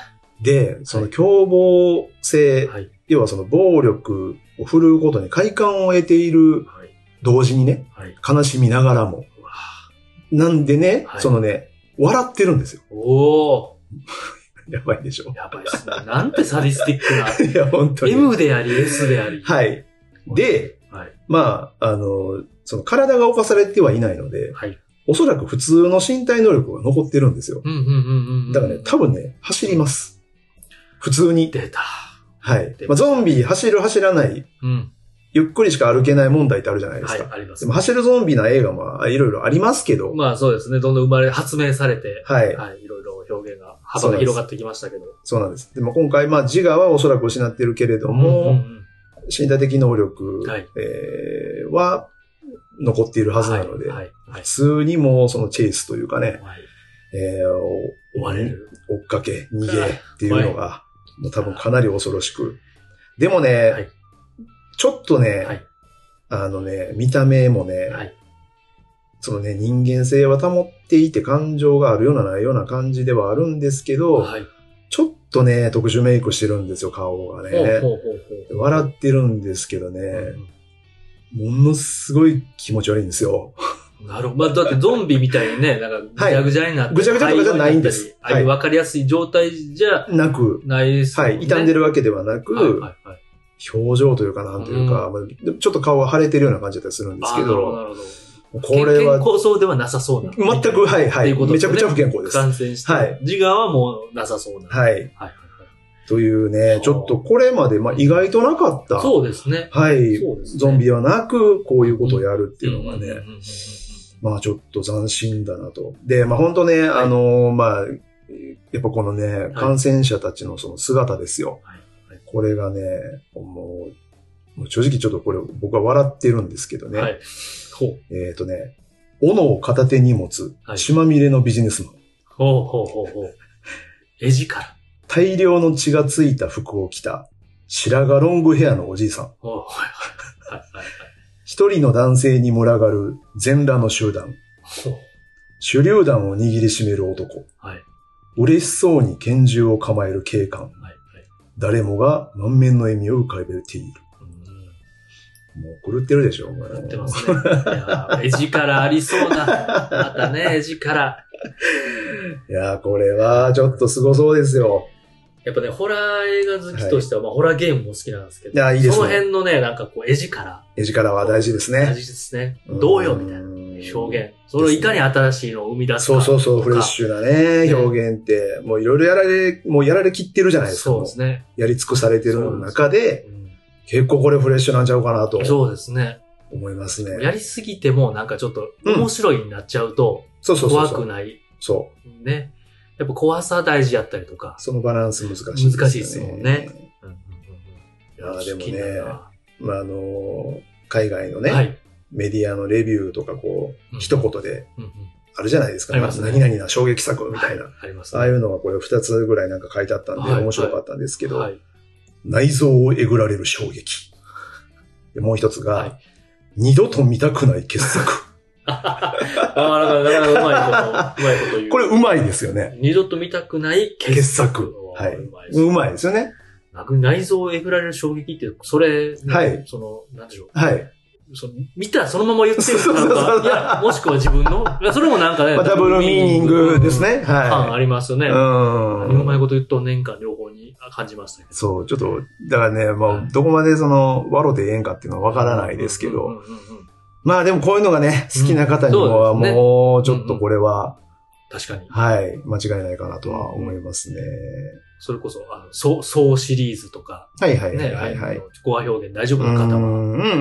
で、その凶暴性、はい、要はその暴力を振るうことに快感を得ている、同時にね、はい、悲しみながらも。なんでね、はい、そのね、笑ってるんですよ。 おー。 やばいでしょ。 やばいですね。なんてサディスティックな。 いや、本当に。 M であり、S であり。 はい。で、はい、まあ、あの、その体が侵されてはいないので、はい、おそらく普通の身体能力が残ってるんですよ。だからね、多分ね、走ります。普通に。 出た。 はい。まあ、ゾンビ走る走らない、うん、ゆっくりしか歩けない問題ってあるじゃないですか。はい、あります。でも走るゾンビな映画もいろいろありますけど。 まあそうですね。どんどん生まれ、発明されて、はい。はい。いろいろ表現が、幅が広がってきましたけど。 そうなんです。でも今回、まあ自我はおそらく失ってるけれども、うんうんうん身体的能力、はいえー、は残っているはずなので、はいはいはい、普通にもそのチェイスというかね、はいえー、追われる、追っかけ、逃げっていうのが、はい、もう多分かなり恐ろしく。でもね、はい、ちょっとね、はい、あのね、見た目もね、はい、そのね、人間性は保っていて感情があるようなないような感じではあるんですけど、はいちょっとね、特殊メイクしてるんですよ、顔がね。ほうほうほうほう笑ってるんですけどね、うん、ものすごい気持ち悪いんですよ。 なるほど。まあ、だってゾンビみたいにね、なんかぐちゃぐちゃになって、はい、ぐちゃぐちゃとかじゃないんです。 ああいうわかりやすい状態じゃなく、ないですね。 はい。傷んでるわけではなく、はいはいはい、表情というかなんというか、うん、ちょっと顔が腫れてるような感じだったりするんですけど、なるほど、なるほど。 これは。健康そうではなさそうな。 全く、はい、はい。めちゃくちゃ不健康です。 感染して。はい。自我はもうなさそうな。 はい。はい。というね、ちょっとこれまで、まあ意外となかった。 そうですね。 はい。そうですね。ゾンビはなく、こういうことをやるっていうのがね、まあちょっと斬新だなと。で、まあ本当ね、はい、あの、まあ、やっぱこのね、感染者たちのその姿ですよ。はいはい、これがね、もう、もう正直ちょっとこれ僕は笑ってるんですけどね。はい、ほうえっ、ー、とね、斧を片手に持つ、血まみれのビジネスマン。 ほうほうほうほう。絵力。 大量の血がついた服を着た白髪ロングヘアのおじいさん。 はいはいはいはい。 一人の男性に群がる全裸の集団。手榴弾を握りしめる男。はい。嬉しそうに拳銃を構える警官。はいはい、誰もが満面の笑みを浮かべている。もう狂ってるでしょ、 狂ってますね。いや、絵力ありそうな。またね、絵力。 いや、これはちょっとすごそうですよ。 やっぱね、ホラー映画好きとしては、はい、まあ、ホラーゲームも好きなんですけど。 いや、いいですね。 その辺のね、なんかこう、絵力。 絵力は大事ですね。 大事ですね。どうよ、みたいな表現。それをいかに新しいのを生み出すか。 そうそうそう、フレッシュなね、ね表現って、もういろいろやられ、もうやられきってるじゃないですか。 そうですね。 やり尽くされてる中で、結構これフレッシュなんちゃうかなと。 そうですね。 思いますね。 やりすぎてもなんかちょっと面白いになっちゃうと、 そうそうそう。 怖くない。 そう。 ね。やっぱ怖さ大事やったりとか。 そのバランス難しいですね。 難しいですもんね。 いやでもね、まあ、あの、海外のね、はい、メディアのレビューとかこう、うん、一言で、あるじゃないですか。まず、何々な衝撃作みたいな。はい、ありますね。ああいうのがこれ二つぐらいなんか書いてあったんで、はい、面白かったんですけど、はい、内臓をえぐられる衝撃。でもう一つが、はい、二度と見たくない傑作。 ああ、なかなかうまいこと、うまいこと言う。 これうまいですよね。 二度と見たくない傑作。 はい。うまいですよね。 内臓をえぐられる衝撃って、それ、 はい。 その、なんでしょう。 はい。 その見たらそのまま言ってるのか、いや、もしくは自分の、それもなんかね、 まあ、ダブルミーニングですね。はい。 感ありますよね。うん。何うまいこと言っと年間両方に感じましたけど。 そう、ちょっと、だからね、まあ、どこまでその、ワロでええんかっていうのはわからないですけど、まあでもこういうのがね、好きな方にはもう、ちょっとこれは、 確かに。 はい。間違いないかなとは思いますね。 それこそ、あの、そう、そうシリーズとか。 はいはいはいはい、はい。 語話表現大丈夫な方は。 うんうんうん。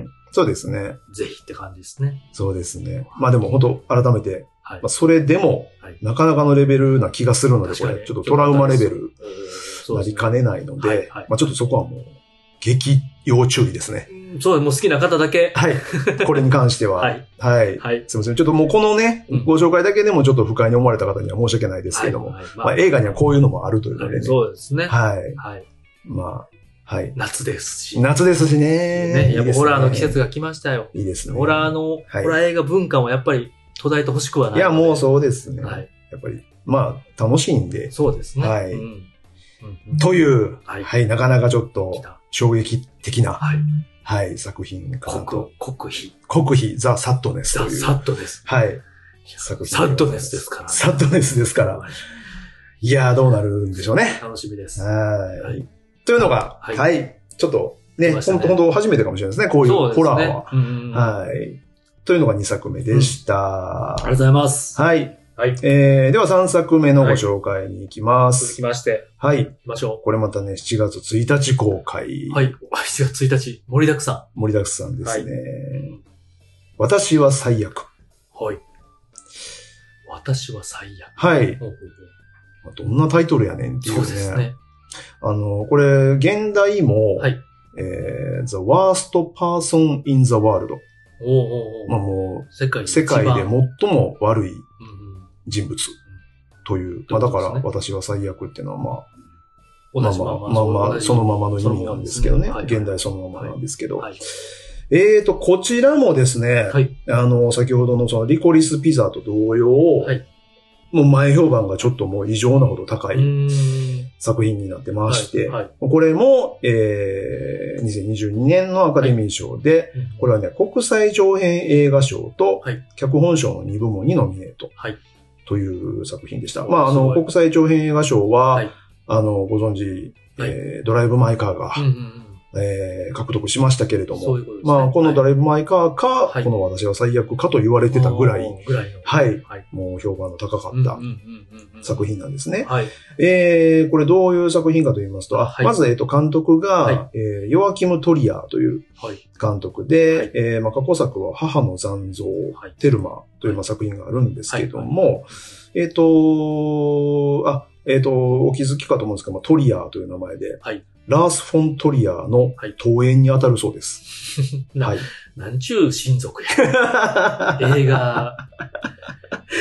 そうですね。 ぜひって感じですね。 そうですね。まあでも本当改めて、はい、まあそれでも、なかなかのレベルな気がするので、これ、ちょっとトラウマレベルなりかねないので、まあちょっとそこはもう、激要注意ですね。 そう、もう好きな方だけ。 はい。これに関しては。はい。はい。はい。すみません。ちょっともうこのね、うん、ご紹介だけでもちょっと不快に思われた方には申し訳ないですけども、はいはいまあ、まあ映画にはこういうのもあるというのでね。 そうですね。 はい。はい。まあ、はい。 夏ですし。 夏ですしね。 ね。やっぱホラーの季節が来ましたよ。 いいですね。 ホラーの、はい、ホラー映画文化もやっぱり途絶えてほしくはない。 いや、もうそうですね。はい。やっぱり、まあ、楽しいんで。 そうですね。 はい。うんうん、という、はい、はい。なかなかちょっと、衝撃的な、はい。はい、作品かなと。 国費。 国費、ザ・サッドネスという。 ザ・サッドネス。 はい。 作品。サッドネスですから、ね。 サッドネスですから。いやー、どうなるんでしょうね。 楽しみです。 はいはい。というのが、はい。はい、ちょっとね、ほんとほんと初めてかもしれないですね、こういうホラーは。うんはい。というのがにさくめでした、うん。 ありがとうございます。 はい。はい。えー、ではさんさくめのご紹介に行きます。 はい、続きまして。 はい。 行きましょう。 これまたね、しちがつついたち公開。 はい。しちがつついたち、盛りだくさん。盛りだくさんですね。はい、私は最悪。 はい。私は最悪。 はい。どんなタイトルやねんっていうね。そうですね。あの、これ、現代も、はい。えー、The Worst Person in the World。 おうおうおうまあもう、 世界世界で最も悪い人物という。うんうん、まあだから、私は最悪っていうのはまあ、まあまあ、まあまあ、そのままの意味なんですけどね。はい、現代そのままなんですけど。はいはい、えーと、こちらもですね、はい、あの、先ほどのそのリコリスピザと同様、はい、もう前評判がちょっともう異常なほど高い作品になってまして、はいはい、これも、えー、にせんにじゅうにねんのアカデミー賞で、はい、これはね、国際長編映画賞と脚本賞のにぶもんにノミネートという作品でした。はい、まあ、あの、国際長編映画賞は、はい、あの、ご存知、えー、ドライブ・マイ・カーが、うんうんうんえー、獲得しましたけれども。そういうことですね。まあ、このドライブ・マイ・カーか、はい、この私は最悪かと言われてたぐらい、ぐらいはい、はい。もう評判の高かった作品なんですね。はい。えー、これどういう作品かと言いますと、はい、まず、えっと、監督が、はい、えー、ヨアキム・トリアーという監督で、はい、えー、まあ、過去作は母の残像、はい、テルマという、まあ、作品があるんですけども、はいはい、えっと、あ、えっと、お気づきかと思うんですけど、まあ、トリアーという名前で、はい、ラース・フォントリアーの登園に当たるそうです。 はい。なんちゅう親族や。映画。ね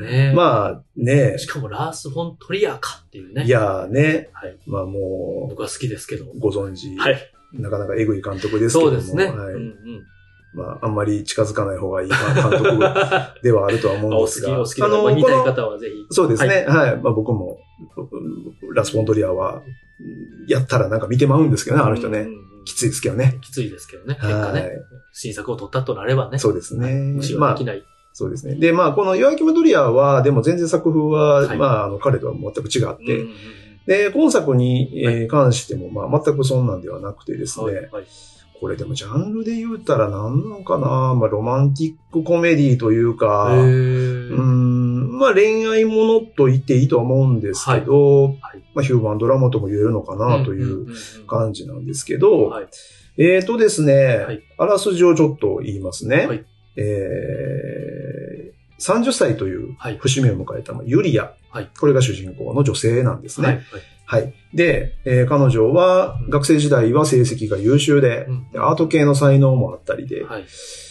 ね。 まあね。 しかもラース・フォン・トリアーかっていうね。 いやーね。 はい。 まあもう。 僕は好きですけど。 ご存知。 はい。 なかなかエグい監督ですけども。 そうですね。 はい。 うんうんまあ、あんまり近づかない方がいい監督ではあるとは思うんですが。 お好き、お好きな、まあ、見たい方はぜひ。 そうですね。はい。はい、まあ僕も、ラス・フォントリアは、やったらなんか見てまうんですけどね、あの人ね。きついですけどね。 きついですけどね。結果ね。はい、新作を撮ったとなればね。 そうですね。 無視はできない。まあそうですね。で、まあ、このヨアキム・ドリアは、でも全然作風は、はい、まあ、あの、彼とは全く違って、うんうんうん、で、今作に、えー、関しても、まあ、全くそんなんではなくてですね、はいはい、これでもジャンルで言うたら何なのかな、まあ、ロマンティックコメディというか、うーん、まあ、恋愛ものと言っていいとは思うんですけど、はいはい、まあ、ヒューマンドラマとも言えるのかなという感じなんですけど、はい、えーとですね、はい、あらすじをちょっと言いますね。はい、えー、さんじゅっさいという節目を迎えた、まあ、ユリア、はい。これが主人公の女性なんですね。はい。はいはい、で、えー、彼女は学生時代は成績が優秀で、うん、でアート系の才能もあったりで、はい、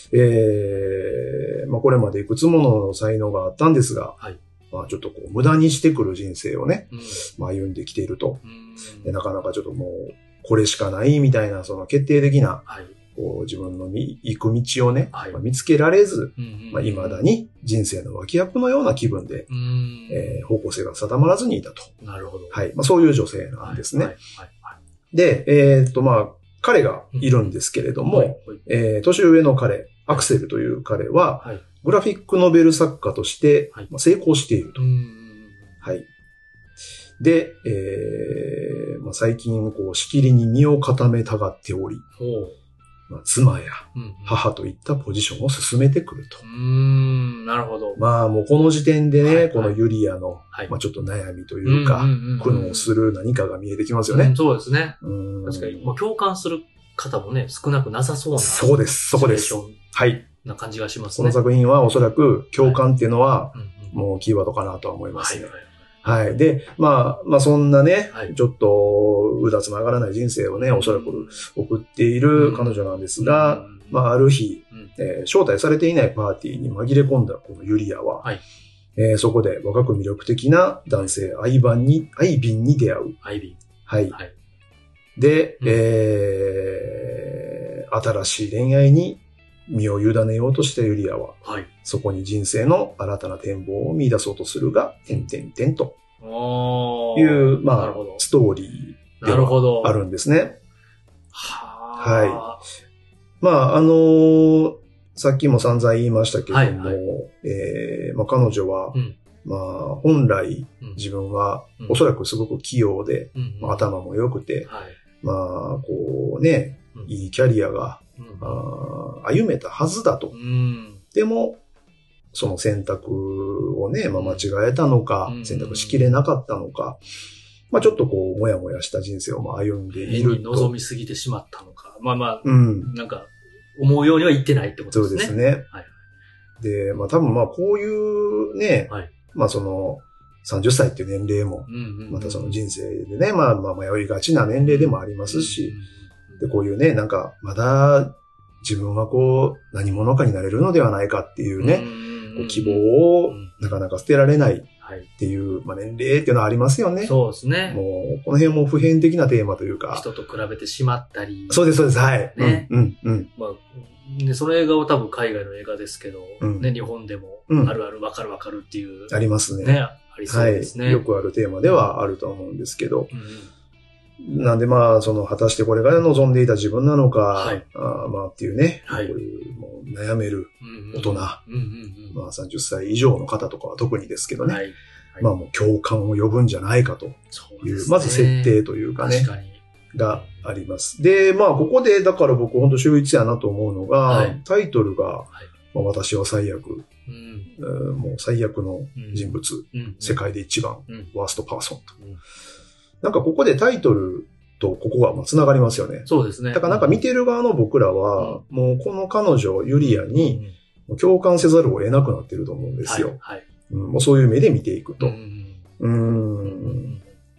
えー、まあ、これまでいくつもの才能があったんですが、はい、まあ、ちょっとこう無駄にしてくる人生をね、うんまあ、歩んできていると、うんで。なかなかちょっともうこれしかないみたいなその決定的な、はいこう自分の行く道をね、はいまあ、見つけられず、うんうんうんまあ、未だに人生の脇役のような気分で、うんえー、方向性が定まらずにいたと。 なるほど。 はい。まあ、そういう女性なんですね。はいはいはい、で、えー、っと、まあ、彼がいるんですけれども、うんはいえー、年上の彼、アクセルという彼は、はい、グラフィックノベル作家として、はいまあ、成功していると。はい。で、えーまあ、最近、こう、しきりに身を固めたがっており、まあ、妻や母といったポジションを進めてくると。 うーん、なるほど。 まあもうこの時点でね、はいはい、このユリアの、はい、まあちょっと悩みというか、苦悩する何かが見えてきますよね。 うん、そうですね。うん確かに、まあ、共感する方もね、少なくなさそうな。 そうです、そこです。はい。 な感じがしますね。この作品はおそらく共感っていうのは、もうキーワードかなとは思いますね。はいはいはい。で、まあ、まあそんなね、はい、ちょっと、うだつも上がらない人生をね、おそらく送っている彼女なんですが、うん、まあある日、うんえー、招待されていないパーティーに紛れ込んだこのユリアは、はいえー、そこで若く魅力的な男性アイバンに、アイビンに出会う。 アイビン。 はい。はい、で、うん、えー、新しい恋愛に身を委ねようとしたユリアは、はい、そこに人生の新たな展望を見出そうとするが、点々点という、まあ、ストーリーではあるんですね。はい。まあ、あのー、さっきも散々言いましたけども、はいはいえーまあ、彼女は、うん、まあ、本来自分はおそらくすごく器用で、うんまあ、頭も良くて、はい、まあ、こうね、いいキャリアが、うんあ歩めたはずだと。うん、でも、その選択をね、まあ、間違えたのか、うん、選択しきれなかったのか、まあちょっとこう、もやもやした人生をまあ歩んでいると。 望みすぎてしまったのか。まあまあ、うん、なんか、思うようにはいってないってことですね。 そうですね。はい、で、まあ多分まあこういうね、はい、まあその、さんじゅっさいっていう年齢も、またその人生でね、まあまあ迷いがちな年齢でもありますし、で、こういうね、なんか、まだ自分はこう、何者かになれるのではないかっていうね、こう希望をなかなか捨てられないっていう、まあ年齢っていうのはありますよね。 そうですね。 もう、この辺も普遍的なテーマというか。 人と比べてしまったり。 そうです、そうです、はい。 ね。 うん、うん、 まあ、で、その映画は多分海外の映画ですけど、うん、ね、日本でも、あるあるわかるわかるっていう、 うん。ありますね。 ね、ありそうですね、 はい。よくあるテーマではあると思うんですけど、うんなんでまあ、その、果たしてこれが望んでいた自分なのか、はい、あまあっていうね、はい、こういうもう悩める大人、まあさんじゅっさい以上の方とかは特にですけどね、はいはい、まあもう共感を呼ぶんじゃないかという、そうですね、まず設定というかね、確かにがあります。で、まあここでだから僕本当秀逸やなと思うのが、はい、タイトルが、はいまあ、私は最悪、うん、もう最悪の人物、うん、世界で一番、うん、ワーストパーソンと。うんなんかここでタイトルとここがまあ繋がりますよね。 そうですね。 だからなんか見てる側の僕らは、もうこの彼女、ユリアに共感せざるを得なくなってると思うんですよ。はいはいうん、もうそういう目で見ていくと。うんうん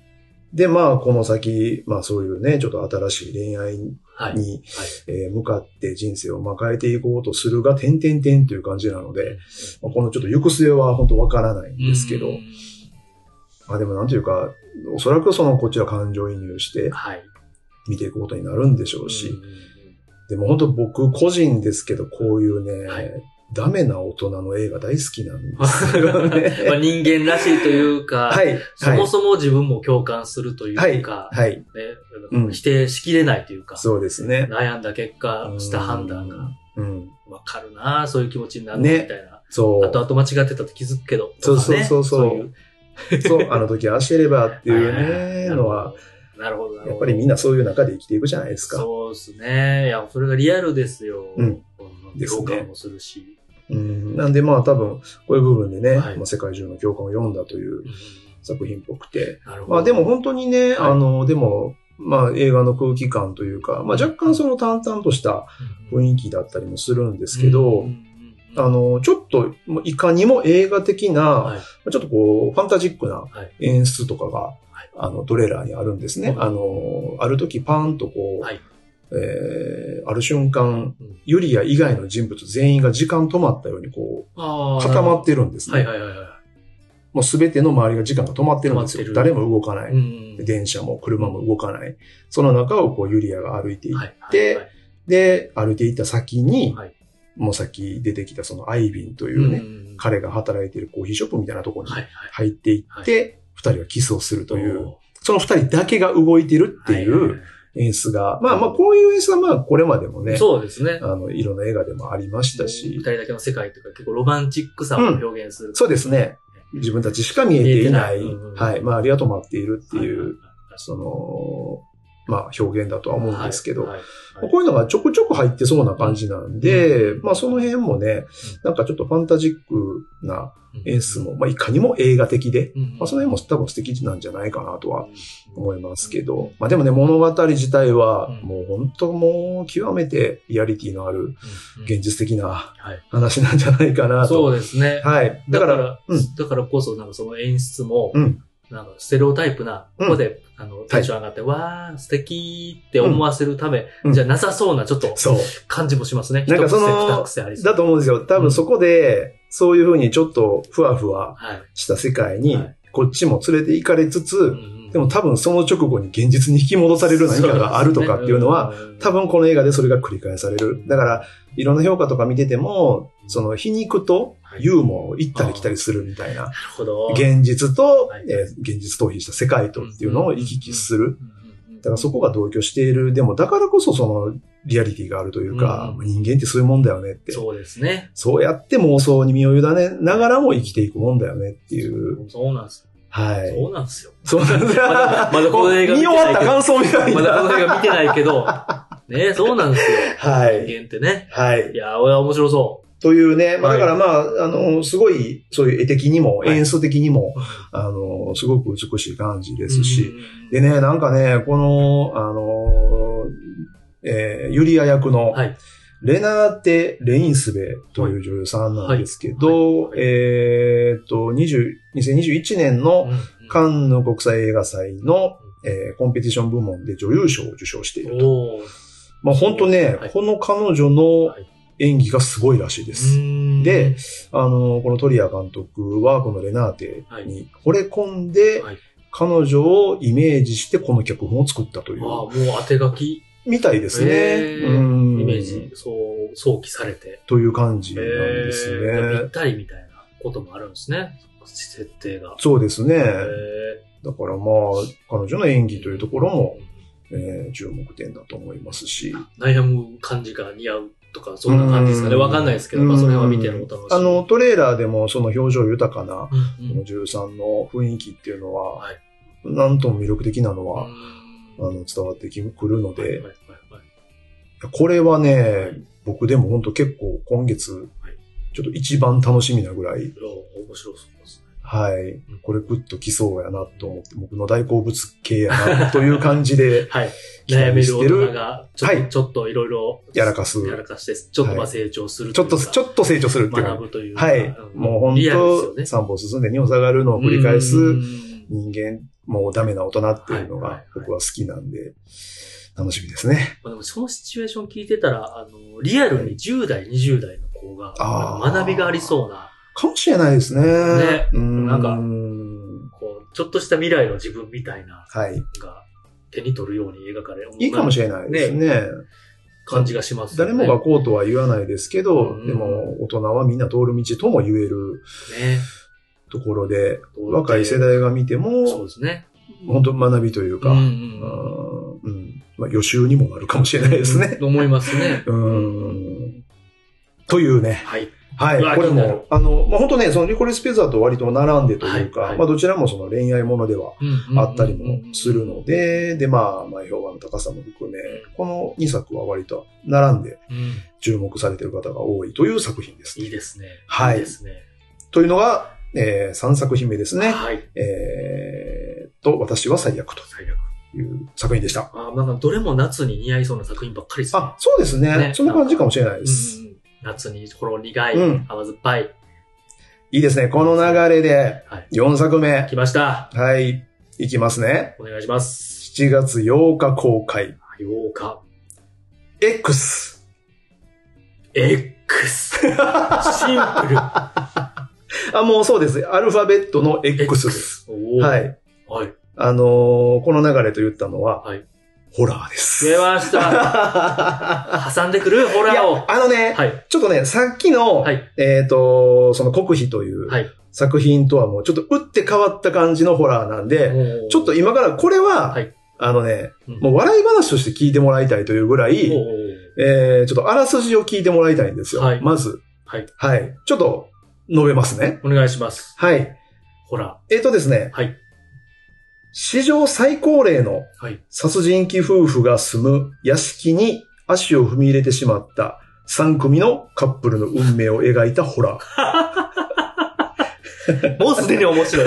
で、まあ、この先、まあそういうね、ちょっと新しい恋愛に、はいはいえー、向かって人生をまあ変えていこうとするが、点々点という感じなので、まあ、このちょっと行く末は本当わからないんですけど、まあでもなんというか、おそらくそのこっちは感情移入して、見ていくことになるんでしょうし、でも本当僕個人ですけど、こういうね、はいダメな大人の映画大好きなんですよね。 まあ人間らしいというか、はい、そもそも自分も共感するというか、はいはいねうん、否定しきれないというか、 そうですね。 悩んだ結果した判断が、うん、わかるなそういう気持ちになるみたいな。ね、そう。後々間違ってたと気づくけど、ね、 そうそうそうそう。そういうそう、あの時ああしてればっていうね、のは、 なるほど、なるほど。 やっぱりみんなそういう中で生きていくじゃないですか。 そうですね。いや、それがリアルですよ。うん。共感もするし。 うん、なんでまあ多分、こういう部分でね、はいまあ、世界中の共感を読んだという作品っぽくて。うん、まあでも本当にね、はい、あの、でも、まあ映画の空気感というか、まあ若干その淡々とした雰囲気だったりもするんですけど、うんあの、ちょっと、いかにも映画的な、はい、ちょっとこう、ファンタジックな演出とかが、はい、あの、トレーラーにあるんですね。はい、あの、ある時パーンとこう、はいえー、ある瞬間、うん、ユリア以外の人物全員が時間止まったようにこう、固まってるんですね。はいはいはいはい、もうすべての周りが時間が止まってるんですよ。誰も動かない、うん。電車も車も動かない。その中をこうユリアが歩いていって、はいはいはい、で、歩いていった先に、はい、もうさっき出てきたそのアイビンというね、うん、彼が働いているコーヒーショップみたいなところに入っていって、はいはい、二人はキスをするという、その二人だけが動いてるっていう、はいはい演出が、まあまあこういう演出はまあこれまでもね。 そうですね。 あの、いろんな映画でもありましたし。 二人だけの世界というか結構ロマンチックさを表現する、 うん。そうですね。自分たちしか見えていない。うん、はい。周りは止まっているっていう、はい、その、まあ表現だとは思うんですけど、はいはいはい、こういうのがちょくちょく入ってそうな感じなんで、うん、まあその辺もね、なんかちょっとファンタジックな演出も、まあいかにも映画的で、うん、まあその辺も多分素敵なんじゃないかなとは思いますけど、まあでもね、物語自体はもう本当もう極めてリアリティのある現実的な話なんじゃないかなと。 そうですね。 はい。 だから、だから、うん、だからこそなんかその演出も、うんなんかステレオタイプな、ここで、うん、あの、テンション上がって、はい、わー、素敵って思わせるため、うん、じゃなさそうな、ちょっと、感じもしますね。 なんかその、だと思うんですよ。多分そこで、そういうふうにちょっとふわふわした世界に、こっちも連れて行かれつつ、はい、でも多分その直後に現実に引き戻される何かがあるとかっていうのは、多分この映画でそれが繰り返される。だから、いろんな評価とか見てても、その皮肉とユーモアを行ったり来たりするみたいな。なるほど。現実と、はいえー、現実逃避した世界とっていうのを行き来する。だからそこが同居している。でもだからこそそのリアリティがあるというか、うん、人間ってそういうもんだよねって。 そうですね。 そうやって妄想に身を委ねながらも生きていくもんだよねっていう。 そうなんですよ。 はい。 そうなんですよ。 そうなんですよ。まだ、まだこの映画見てないけど。見終わった感想みたいな。まだこの映画見てないけど。ねそうなんですよ。はい。人間ってね。はい。いや、俺は面白そう。 というね、まあだからまあ、はい、あの、すごい、そういう絵的にも、演出的にも、はい、あの、すごく美しい感じですし、でね、なんかね、この、あの、えー、ユリア役の、はい、レナーテ・レインスベという女優さんなんですけど、はいはい、えーっと、にじゅう、にせんにじゅういちねんのカンヌ国際映画祭の、えー、コンペティション部門で女優賞を受賞していると。まあ本当ね、はい、この彼女の演技がすごいらしいです。で、あの、このトリア監督はこのレナーテに惚れ込んで、はい、彼女をイメージしてこの脚本を作ったという。ああ、 もう当て書きみたいですね。 うん、イメージ、そう、想起されて。 という感じなんですね。 ぴったりみたいなこともあるんですね。設定が。 そうですね。だからまあ、彼女の演技というところも、えー、注目点だと思いますし。 悩む感じが似合うとか、そんな感じですかね。わかんないですけど、まあそれは見てのお楽しみ。 あの、トレーラーでもその表情豊かな、うんうん、女優さんの雰囲気っていうのは、はい、なんとも魅力的なのは、あの、伝わってくるので、はいはいはいはい、これはね、はい、僕でも本当結構今月、はい、ちょっと一番楽しみなぐらい。面白そうですね。 はい。うん、これグッと来そうやなと思って、僕の大好物系やなという感じで。 はい。悩める大人がちょっと、はい、ちょっといろいろ。 やらかす。 やらかして、ちょっとまあ成長するというか、はい。ちょっと、ちょっと成長するっていうか。 学ぶというか。はい。もう本当、さん歩進んでに歩下がるのを繰り返す人間もうダメな大人っていうのが僕は好きなんで、楽しみですね。 でもそのシチュエーション聞いてたら、あの、リアルにじゅう代、にじゅう代の子が学びがありそうな。 かもしれないですね。ね。 うん。なんか、こう、ちょっとした未来の自分みたいな、はい。が手に取るように描かれる。 いいかもしれないですね。ね感じがします、 ね。誰もがこうとは言わないですけど、うん、でも大人はみんな通る道とも言えるところで、ね、若い世代が見ても、 そうですね。 本当学びというか、うんうんうんまあ、予習にもなるかもしれないですね。 うん、思いますね。 うんというね。 はい。 はい。これも、あの、まあ、本当ね、そのリコリス・ピザーと割と並んでというか、はいはい、まあ、どちらもその恋愛ものではあったりもするので、で、まあ、まあ、評判の高さも含め、このにさくは割と並んで注目されている方が多いという作品です、 ね。いいですね。 はい。 いいですね。 というのが、えー、さんさく品目ですね。 はい。 えーと、私は最悪という作品でした。 あ、なんかどれも夏に似合いそうな作品ばっかりですね。 あ、そうですね。ねそんな感じかもしれないです。 夏にほろ苦い、うん、甘酸っぱい。 いいですね。この流れで、よんさくめ。 はい、来ました。 はい。いきますね。 お願いします。 しちがつようか公開。 ようか。 X。 X。シンプル。 あ、もうそうです。アルファベットの X です。はい。 はい。 あのー、この流れと言ったのは、 はい。 ホラーです。 出ました挟んでくるホラーを。 いや、あのね、はい、ちょっとね、さっきの、はい、えっ、ー、と、その国碑という作品とはもうちょっと打って変わった感じのホラーなんで、ちょっと今からこれは、はい、あのね、うん、もう笑い話として聞いてもらいたいというぐらい、えー、ちょっとあらすじを聞いてもらいたいんですよ。はい、まず。はい。はい。ちょっと述べますね。 お願いします。 はい。 ホラー。えっ、ー、とですね。 はい。 史上最高齢の殺人鬼夫婦が住む屋敷に足を踏み入れてしまったさんくみのカップルの運命を描いたホラー。もうすでに面白い。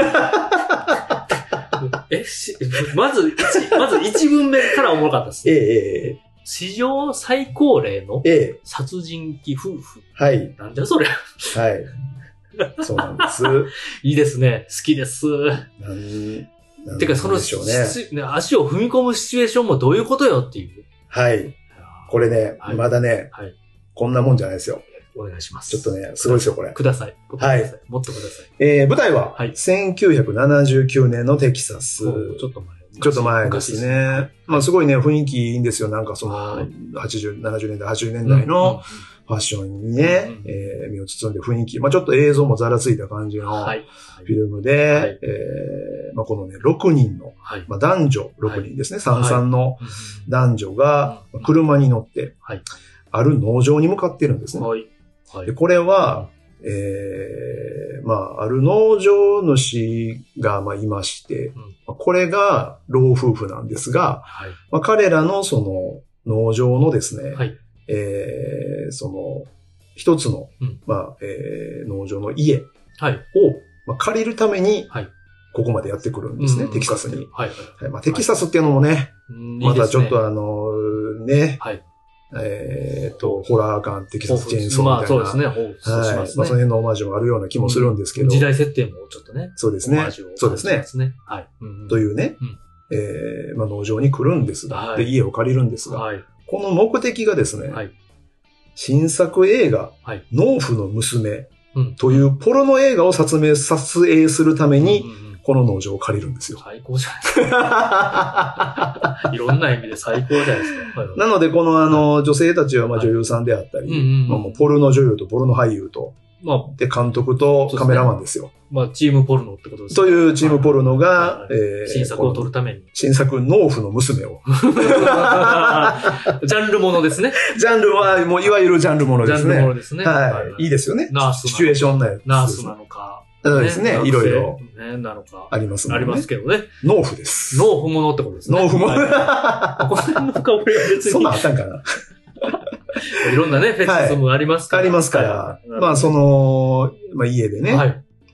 え、し、まず一、まず一文目からおもろかったです。 ええー、 史上最高齢の殺人鬼夫婦。 はい。 なんだよそれ。 はい。そうなんです。 いいですね。好きです。 なんてか、その、ね、足を踏み込むシチュエーションもどういうことよっていう。 はい。これね、はい、まだね、はい、こんなもんじゃないですよ。 お願いします。 ちょっとね、すごいですよ、これ。 ください。はい。もっとください。 えー、舞台は、はい、せんきゅうひゃくななじゅうきゅうねんのテキサス。 ちょっと前。 ちょっと前ですね。ですねまあ、すごいね、雰囲気いいんですよ。なんかその、はい、はちじゅう、ななじゅうねんだい、はちじゅうねんだいのファッションにね、うんうん、えー、身を包んで雰囲気。まあ、ちょっと映像もざらついた感じのフィルムで、はいはい、えー、まあ、このね、ろくにんの、はい、まあ、男女ろくにんですね。三、は、三、い、の男女が車に乗って、はい、ある農場に向かっているんですね。はいはい、でこれは、えー、まあ、ある農場主が、まあ、いまして、うん、これが老夫婦なんですが、はいまあ、彼らのその農場のですね、はいえー、その、一つの、うん、まあ、えー、農場の家を、はいまあ、借りるために、はい、ここまでやってくるんですね、うん、テキサスに。はいはいまあ、テキサスっていうのもね、はい、またちょっとあの、ね、はいえっと、ホラー感、テキサスチェーンソーみたいな。まあそうですね。はい。まあその辺のオマージュもあるような気もするんですけど。うん、 時代設定もちょっとね。 そうですね。そうですね。 ねはい。 うん、というね、うん、えー、まあ農場に来るんですが、はい、で、家を借りるんですが、はい、この目的がですね、はい、新作映画、はい、農夫の娘というポロの映画を撮影、撮影するために、うんうんうんこの農場を借りるんですよ。 最高じゃないですか。いろんな意味で最高じゃないですか。 なので、このあの、女性たちはまあ女優さんであったり、はいうんうんまあ、もうポルノ女優とポルノ俳優と、まあ、で、監督とカメラマンですよ。 まあ、チームポルノってことですね。 というチームポルノが、はいはいえー、新作を撮るために。 新作、農夫の娘を。 ジャンルものですね。 ジャンルは、もういわゆるジャンルものですね。 ジャンルものですね。 はい。はい、いいですよね。ナース。シチュエーションなやつ。 ナースなのか。 そうですね。いろいろ。 ね、なのか。 ありますもんね。ありますけどね。 農夫です。 農夫ものってことですね。 農夫もの。この辺の香りは別に。 そんなんあったんかな。 いろんなね、フェチズムありますから。 ありますから。まあ、その、まあ家でね。はい。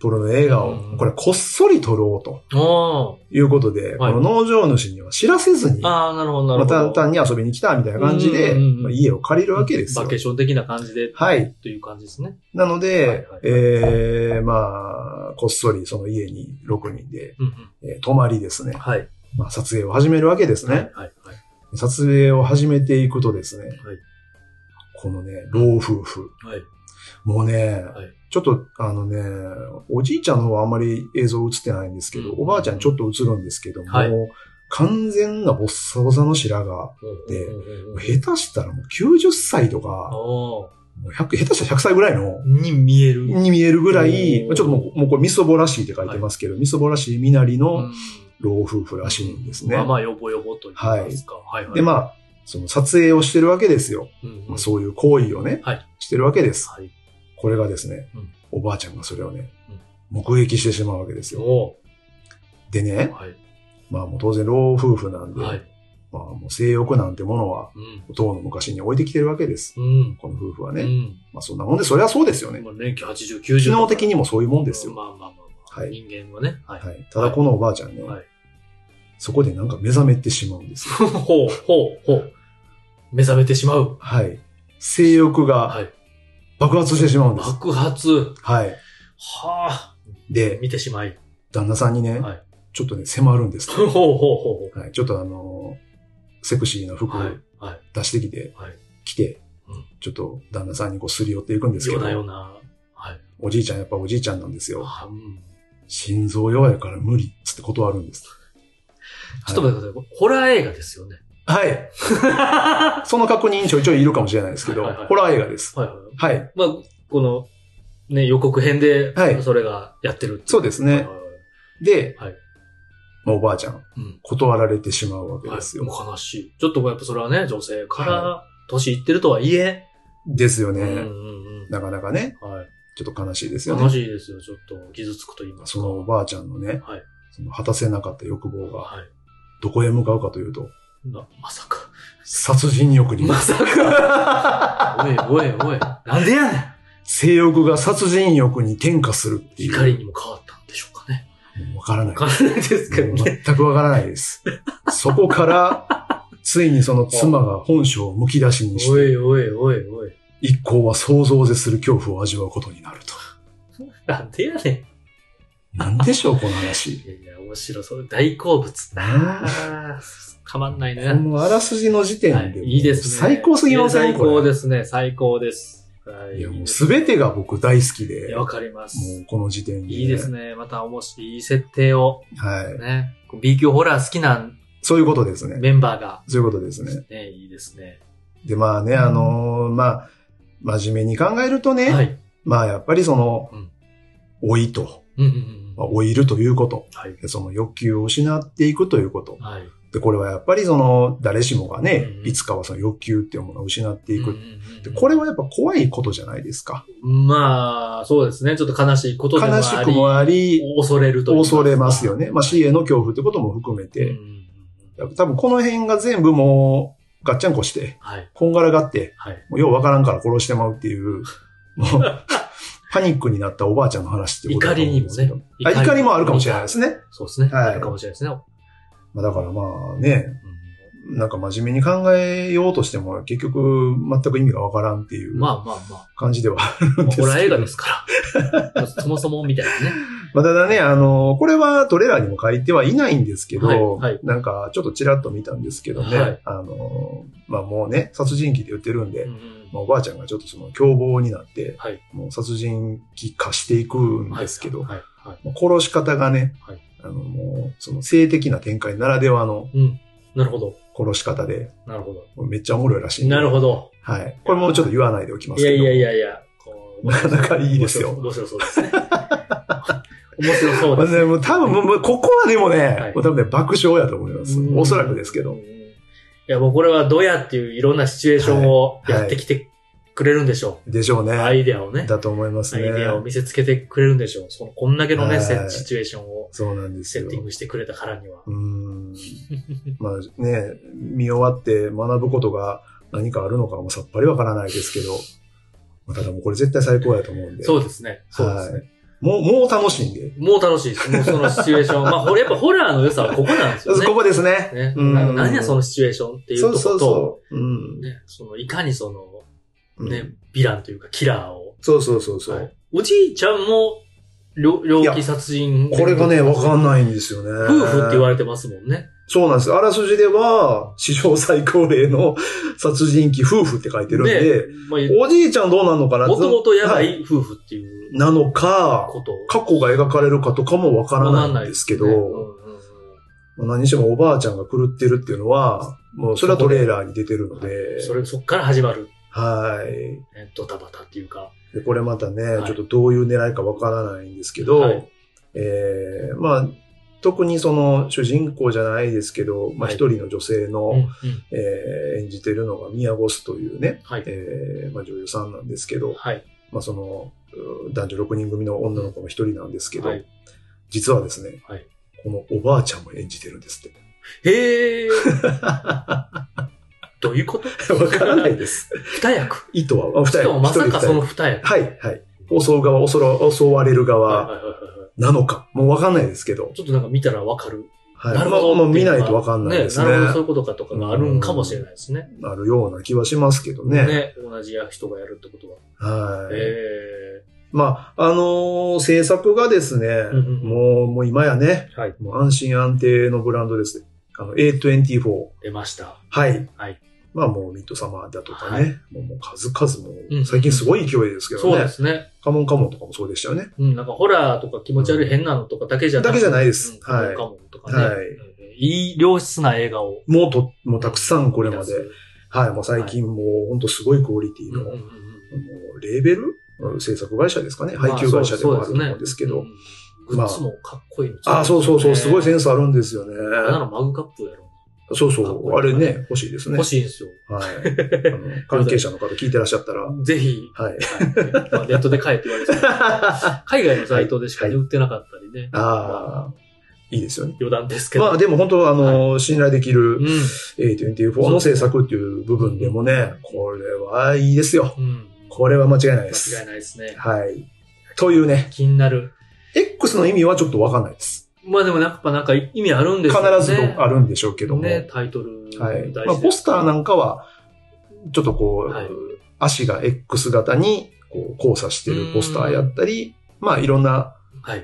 プルの映画を、これこっそり撮ろうと。いうことで、この農場主には知らせずに、 ああ、なるほど、なるほど。 また単に遊びに来たみたいな感じで、まあ、家を借りるわけですよ。 バケーション的な感じで。 はい。 という感じですね。 なので、ええまあ、こっそりその家にろくにんで、え泊まりですね。はい。まあ、撮影を始めるわけですね。はい、はい、はい。撮影を始めていくとですね、はい。このね、老夫婦。はい。もうね、はい、ちょっと、あのね、おじいちゃんの方はあんまり映像映ってないんですけど、うん、おばあちゃんちょっと映るんですけども、はい、完全なボッサボサの白髪で、うん、下手したらもうきゅうじゅっさいとか、もうひゃく下手したらひゃくさいぐらいの、 に見える。 に見えるぐらい、ちょっともう、もうこれみそぼらしいって書いてますけど、はい、みそぼらしい身なりの老夫婦らしいんですね。 まあまあ、よぼよぼと言いますか。はい。はいはい、 で、まあ、その撮影をしてるわけですよ。うんうんまあ、そういう行為をね、はい、してるわけです。はいこれがですね、うん、おばあちゃんがそれをね、うん、目撃してしまうわけですよ。でね、はい、まあもう当然老夫婦なんで、はい、まあもう性欲なんてものは、うん、当の昔に置いてきてるわけです。うん、この夫婦はね、うん。まあそんなもんで、それはそうですよね。 まあ、年季はちじゅう、きゅうじゅう。 機能的にもそういうもんですよ。 まあまあまあまあ。はい、人間はね、 はい。はい。ただこのおばあちゃんね、はい、そこでなんか目覚めてしまうんですよ。 ほう、ほう、ほう。目覚めてしまう。 はい。性欲が、はい爆発してしまうんです。 爆発はい。 はあ。 で、 見てしまい。 旦那さんにね、はい、ちょっとね、迫るんです。 ほうほうほうほう。はい。ちょっとあのー、セクシーな服を出してきて、はいはい、来て、うん、ちょっと旦那さんにこうすり寄っていくんですけど。 ようなような。はい。 おじいちゃんやっぱおじいちゃんなんですよ。うん、心臓弱いから無理っつって断るんです。 ちょっと待ってください。ホラー映画ですよね。 はい。その確認ちょいちょいいるかもしれないですけど、はいはいはい、ホラー映画です。はい、はい。はい。 まあ、この、ね、予告編で、それがやってるっていう、 そうですね。はいはいはい、で、はいまあ、おばあちゃん、うん、断られてしまうわけですよ。 はい、もう悲しい。ちょっとやっぱそれはね、女性から、年いってるとはいえ。 ですよね、うんうんうん。なかなかね、はい。ちょっと悲しいですよね。 悲しいですよ。ちょっと傷つくと言いますか。 そのおばあちゃんのね、はい、その果たせなかった欲望が、はい、どこへ向かうかというと、 な、まさか。 殺人欲に。 まさか。おいおいおい。なんでやねん。 性欲が殺人欲に転化するっていう。 怒りにも変わったんでしょうかね。 わからない。 わからないですけどね。 全くわからないです。そこから、ついにその妻が本性をむき出しにして。 おいおいおいおい。 一行は想像を絶する恐怖を味わうことになると。 なんでやねん。なんでしょう、この話。 いやいや、面白そう。大好物。ああ。たまんないね。 このあらすじの時点で、はい、 いいですね。 最高すぎません？ 最高ですね。最高です。 はい、いや、もうすべてが僕大好きで。 わかります。 もうこの時点で、ね。 いいですね。また面白い、いい設定を。はい。ね。B 級ホラー好きな。 そういうことですね。 メンバーが。 そういうことですね。 ね、いいですね。 で、まあね、あのー、まあ、真面目に考えるとね。はい。まあ、やっぱりその、うん、老いと。うんうんうんまあ、老いるということ。はい。その欲求を失っていくということ。はい。で、これはやっぱりその、誰しもがね、うん、いつかはその欲求っていうものを失っていく、うんうんうん。で、これはやっぱ怖いことじゃないですか。 まあ、そうですね。ちょっと悲しいことでもあり。 悲しくもあり、 恐れるという。 恐れますよね。まあ、死への恐怖ってことも含めて。うんうん、多分この辺が全部もう、ガッチャンコして、はい、こんがらがって、はい、もうようわからんから殺してまうっていう、もう、パニックになったおばあちゃんの話ってことだと思うんですけど。怒りにもね。怒りもあるかもしれないですね。 そうですね。はい。あるかもしれないですね。 まあだからまあね、うん、なんか真面目に考えようとしても結局全く意味がわからんっていうまあまあまあ感じではあるんですけど。 ホラー映画ですから。そもそもみたいなね。 まあただね、あの、これはトレーラーにも書いてはいないんですけど、はいはい、なんかちょっとちらっと見たんですけどね、はい、あの、まあもうね、殺人鬼って言ってるんで、うんまあ、おばあちゃんがちょっとその凶暴になって、はい、もう殺人鬼化していくんですけど、はいはいはい、殺し方がね、はい、あのもうその性的な展開ならではの、うん、なるほど。殺し方で、なるほど。めっちゃおもろいらしいんで。 なるほど。 はい。これもうちょっと言わないでおきますけど。 いやいやいやいや。 なかなかいいですよ。 面白そうですね。面白そうですね。 もう多分もうここはでもね、はい、もう多分ね爆笑やと思います。おそらくですけど。 いやもうこれはどうやっていういろんなシチュエーションをやってきてくれるんでしょう。はいはい、 でしょうね。 アイデアをね。 だと思いますね。 アイデアを見せつけてくれるんでしょう。そのこんだけのね、シチュエーションをそうなんですセッティングしてくれたからには。うーんまあね、見終わって学ぶことが何かあるのかもさっぱりわからないですけど、ただもうこれ絶対最高やと思うんで。 そうですね。そうですね。はいもう、もう楽しいんで。 もう楽しいです。もうそのシチュエーション。まあ、やっぱホラーの良さはここなんですよね。 ここですね。 ね。うん、何やそのシチュエーションっていうところと、そうそうそう。 うん。 ね、その、いかにその、ね、うん、ヴィランというかキラーを。 そうそうそうそう、はい。 おじいちゃんも、猟奇殺人。 これがね、わかんないんですよね。 夫婦って言われてますもんね。 そうなんです。あらすじでは、史上最高齢の殺人鬼夫婦って書いてるんで、まあ、おじいちゃんどうなんのかなもともとやばい夫婦っていう。 なのか、過去が描かれるかとかもわからないんですけど、ねうんうん、何にしてもおばあちゃんが狂ってるっていうのは、もうそれはトレーラーに出てるので。 それ、そっから始まる。 はい。 ドタバタっていうか。 で、これまたね、はい、ちょっとどういう狙いかわからないんですけど、はい、えー、まあ、特にその主人公じゃないですけど、まあ一人の女性の、はいえー、演じてるのがミヤゴスというね、はいえーまあ、女優さんなんですけど、はい、まあその男女ろくにん組の女の子の一人なんですけど、はい、実はですね、はい、このおばあちゃんも演じてるんですって。 へーどういうことわからないです。 二役意図は、二役。 しかもまさかその二役。 はい、はい。襲う側、襲わ、襲われる側なのか。もうわかんないですけど。 ちょっとなんか見たらわかる。 はい。なるほど。まあ、見ないとわかんないですね。 ねなるほど、そういうことかとかがあるんかもしれないですね。 あるような気はしますけどね。 ね。同じ人がやるってことは。はい。 えーまあ、あのー、制作がですね、うんうん、もう、もう今やね、はい、もう安心安定のブランドですね。あの、エーにじゅうよん。 出ました。 はい。 はい。 まあもうミッドサマーだとかね、はい、もうもう数々も、最近すごい勢いですけどね、うん。そうですね。カモンカモンとかもそうでしたよね。 うん、なんかホラーとか気持ち悪い変なのとかだけじゃなくて、 だけじゃないです。 うん、カモンカモンとかね。はい。いい良質な映画を。 もうと、もうたくさんこれまで。はい。もう最近もう本当すごいクオリティの、もうレーベル制作会社ですかね。配給会社でもあると思うんですけど。 グッズもかっこいいの、ね。 ああ、そうそうそう。すごいセンスあるんですよね。 あのマグカップやろ。 そうそう。あれね、欲しいですね。 欲しいんですよ。 はい。あの関係者の方聞いてらっしゃったら。 ぜひ。 はい。 まあ、ネットで買えって言われて海外のサイトでしか売ってなかったりね。 ああ。いいですよね。 余談ですけど。 まあでも本当あの、信頼できる エーにじゅうよん の制作っていう部分でもね、これはいいですよ。これは間違いないです。 間違いないですね。 はい。というね。 気になる。 X の意味はちょっとわかんないです。 まあでもやっぱなんか意味あるんですよね。 必ずあるんでしょうけども。 ね、タイトル。 はい。まあポスターなんかは、ちょっとこう、はい、足が X 型にこう交差してるポスターやったり、まあいろんな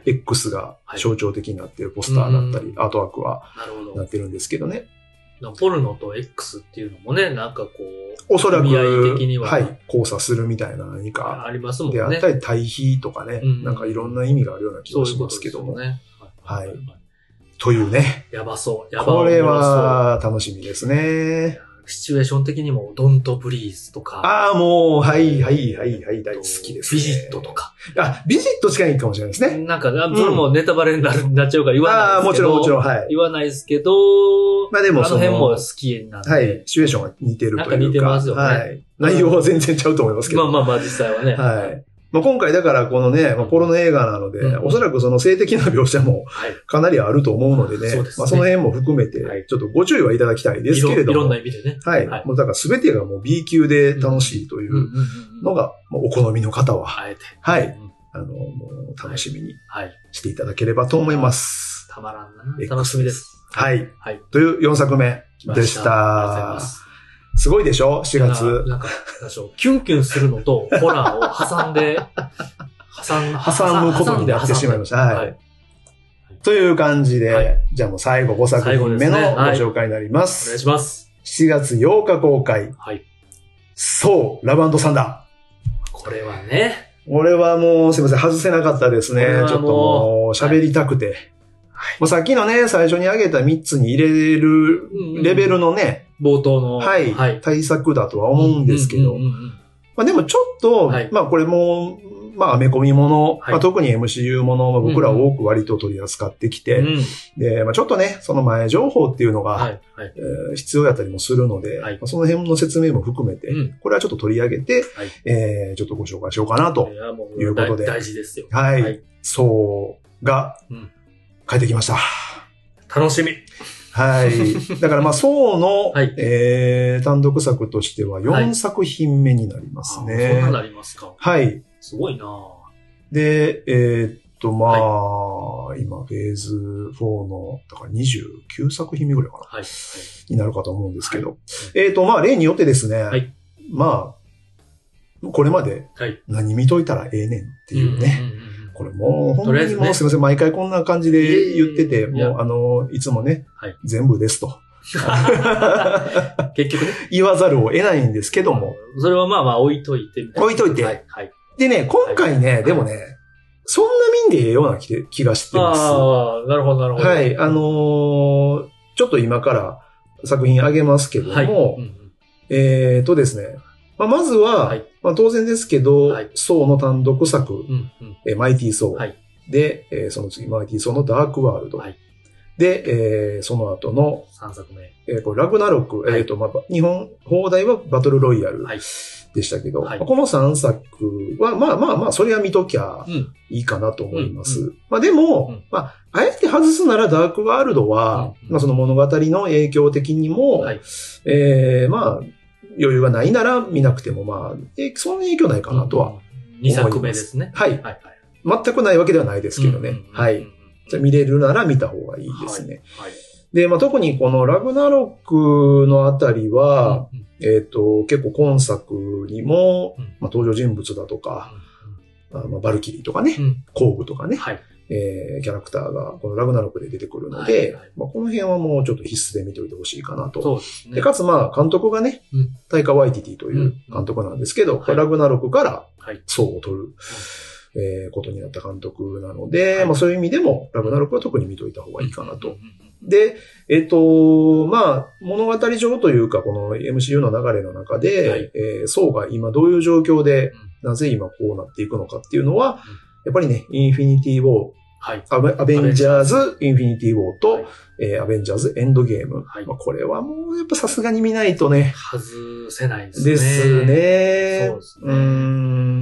X が象徴的になってるポスターだったり、はい、アートワークはなってるんですけどね。 ポルノと X っていうのもね、なんかこう、 おそらく、 意味合い的には、 はい、交差するみたいな何か、 ありますもんね。 であったり、対比とかね、うん、なんかいろんな意味があるような気がしますけども。 そういうことですよね。 はい。はい、というね。 やばそう。やばそう。 これは楽しみですね。 シチュエーション的にも、ドントブリーズとか。 ああ、もう、はいはいはいはい、大好きです、 ね。ビジットとか。 あ、ビジット近いかもしれないですね。 なんか、それもネタバレになっちゃうから言わないですけど。ああ、 もちろんもちろん、はい。 言わないですけど、 まあでもその、あの辺も好きなんで。 はい。シチュエーションが似てるというか。 なんか似てますよね。 はい。内容は全然ちゃうと思いますけど。 まあまあまあ、実際はね。 はい。まあ、今回だからこのね、まあ、ポルノ映画なので、うん、おそらくその性的な描写もかなりあると思うのでね、はい、そうですね、まあ、その辺も含めて、ちょっとご注意はいただきたいですけれども。 いろんな意味でね。 はい。はい、もうだから全てがもう B 級で楽しいというのが、お好みの方は、 あえて。 はい。あの、もう楽しみにしていただければと思います。 たまらんな。楽しみです。 はい。はい。というよんさくめでした。ありがとうございます。すごいでしょ ?しがつ。 なんか、なんでしょう。キュンキュンするのと、ホラーを挟んで、挟ん、 挟むことになってしまいました。はい。はい、という感じで、はい、じゃあもう最後ごさくひんめのご紹介になります。 はい、お願いします。 しちがつようか公開。 はい。 そう、ラブ&サンダー。これはね。 俺はもう、すいません、外せなかったですね。ちょっともう、喋りたくて。はい、もうさっきのね、最初に挙げたみっつに入れるレベルのね、 冒頭の、 はい、はい、対策だとは思うんですけど、まあでもちょっと、はい、まあこれも、まあアメコミもの、はい、まあ、特に エムシーユー もの、まあ、僕ら多く割と取り扱ってきて、うん、で、まあちょっとね、その前情報っていうのが、はいはいえー、必要だったりもするので、はいまあ、その辺の説明も含めて、うん、これはちょっと取り上げて、はいえー、ちょっとご紹介しようかなということで、 大事ですよ。 はい。はい、そうが、帰ってきました。 楽しみ。 はい。だからまあ、そうの、はいえー、単独作としてはよんさくひんめになりますね。 はい、そんななりますか。 はい。 すごいなぁ。 で、えー、っと、まあ、はい、今、フェーズフォーの、だからにじゅうきゅうさくひんめぐらいかな、はい、になるかと思うんですけど、はい、えー、っと、まあ、例によってですね、はい、まあ、これまで何見といたらええねんっていうね、うんうんうんうん、これもう、本当にもうすいません、毎回こんな感じで言ってて、もう、あの、いつもね、はい、全部ですと。 結局ね。 言わざるを得ないんですけども。 それはまあまあ置いといて。 置いといて。はいはい、でね、今回ね、はい、でもね、はい、そんな見んでええような気がしてます。 ああ、なるほどなるほど。 はい、あのー、ちょっと今から作品あげますけども、はい、うん、えーとですね、まあ、まずは、はい、まあ、当然ですけど、はい、ソーの単独作、うんうんえー、マイティーソー、はい、で、えー、その次マイティーソーのダークワールド、はい、で、えー、その後のさんさくめ、 えー、これラグナロク、はい、えっ、ー、と、まあ、日本、放題はバトルロイヤルでしたけど、はい、このさんさくは、まあまあまあ、それは見ときゃいいかなと思います。うんうん、まあでも、うん、まあ、あえて外すならダークワールドは、うんうん、まあその物語の影響的にも、はい、えー、まあ、余裕がないなら見なくても、まあ、えそんな影響ないかなとは思います。うん、にさくめですね。はい。はいはい、全くないわけではないですけどね。うんうんうん、はい。じゃ見れるなら見た方がいいですね。はい。はい、で、まあ、特にこのラグナロクのあたりは、うんうん、えっと、結構今作にも、うんまあ、登場人物だとか、うんうん、まあ、バルキリーとかね、うん、工具とかね、はいえー、キャラクターがこのラグナロクで出てくるので、はいはいまあ、この辺はもうちょっと必須で見ておいてほしいかなと。そうですね。で、かつまあ、監督がね、うん、タイカ・ワイティティという監督なんですけど、うんうん、ラグナロクから層を取る。はいえー、ことになった監督なので、はい、まあそういう意味でも、ラグナロクは特に見といた方がいいかなと。で、えっと、まあ、物語上というか、この エムシーユー の流れの中で、はいえー、ソーが今どういう状況で、なぜ今こうなっていくのかっていうのは、やっぱりね、インフィニティ・ウォー、はい、アベンジャーズ・インフィニティ・ウォーと、はいえー、アベンジャーズ・エンドゲーム。はいまあ、これはもうやっぱさすがに見ないとね。 外せないですね。 ですね。そうですね。うん。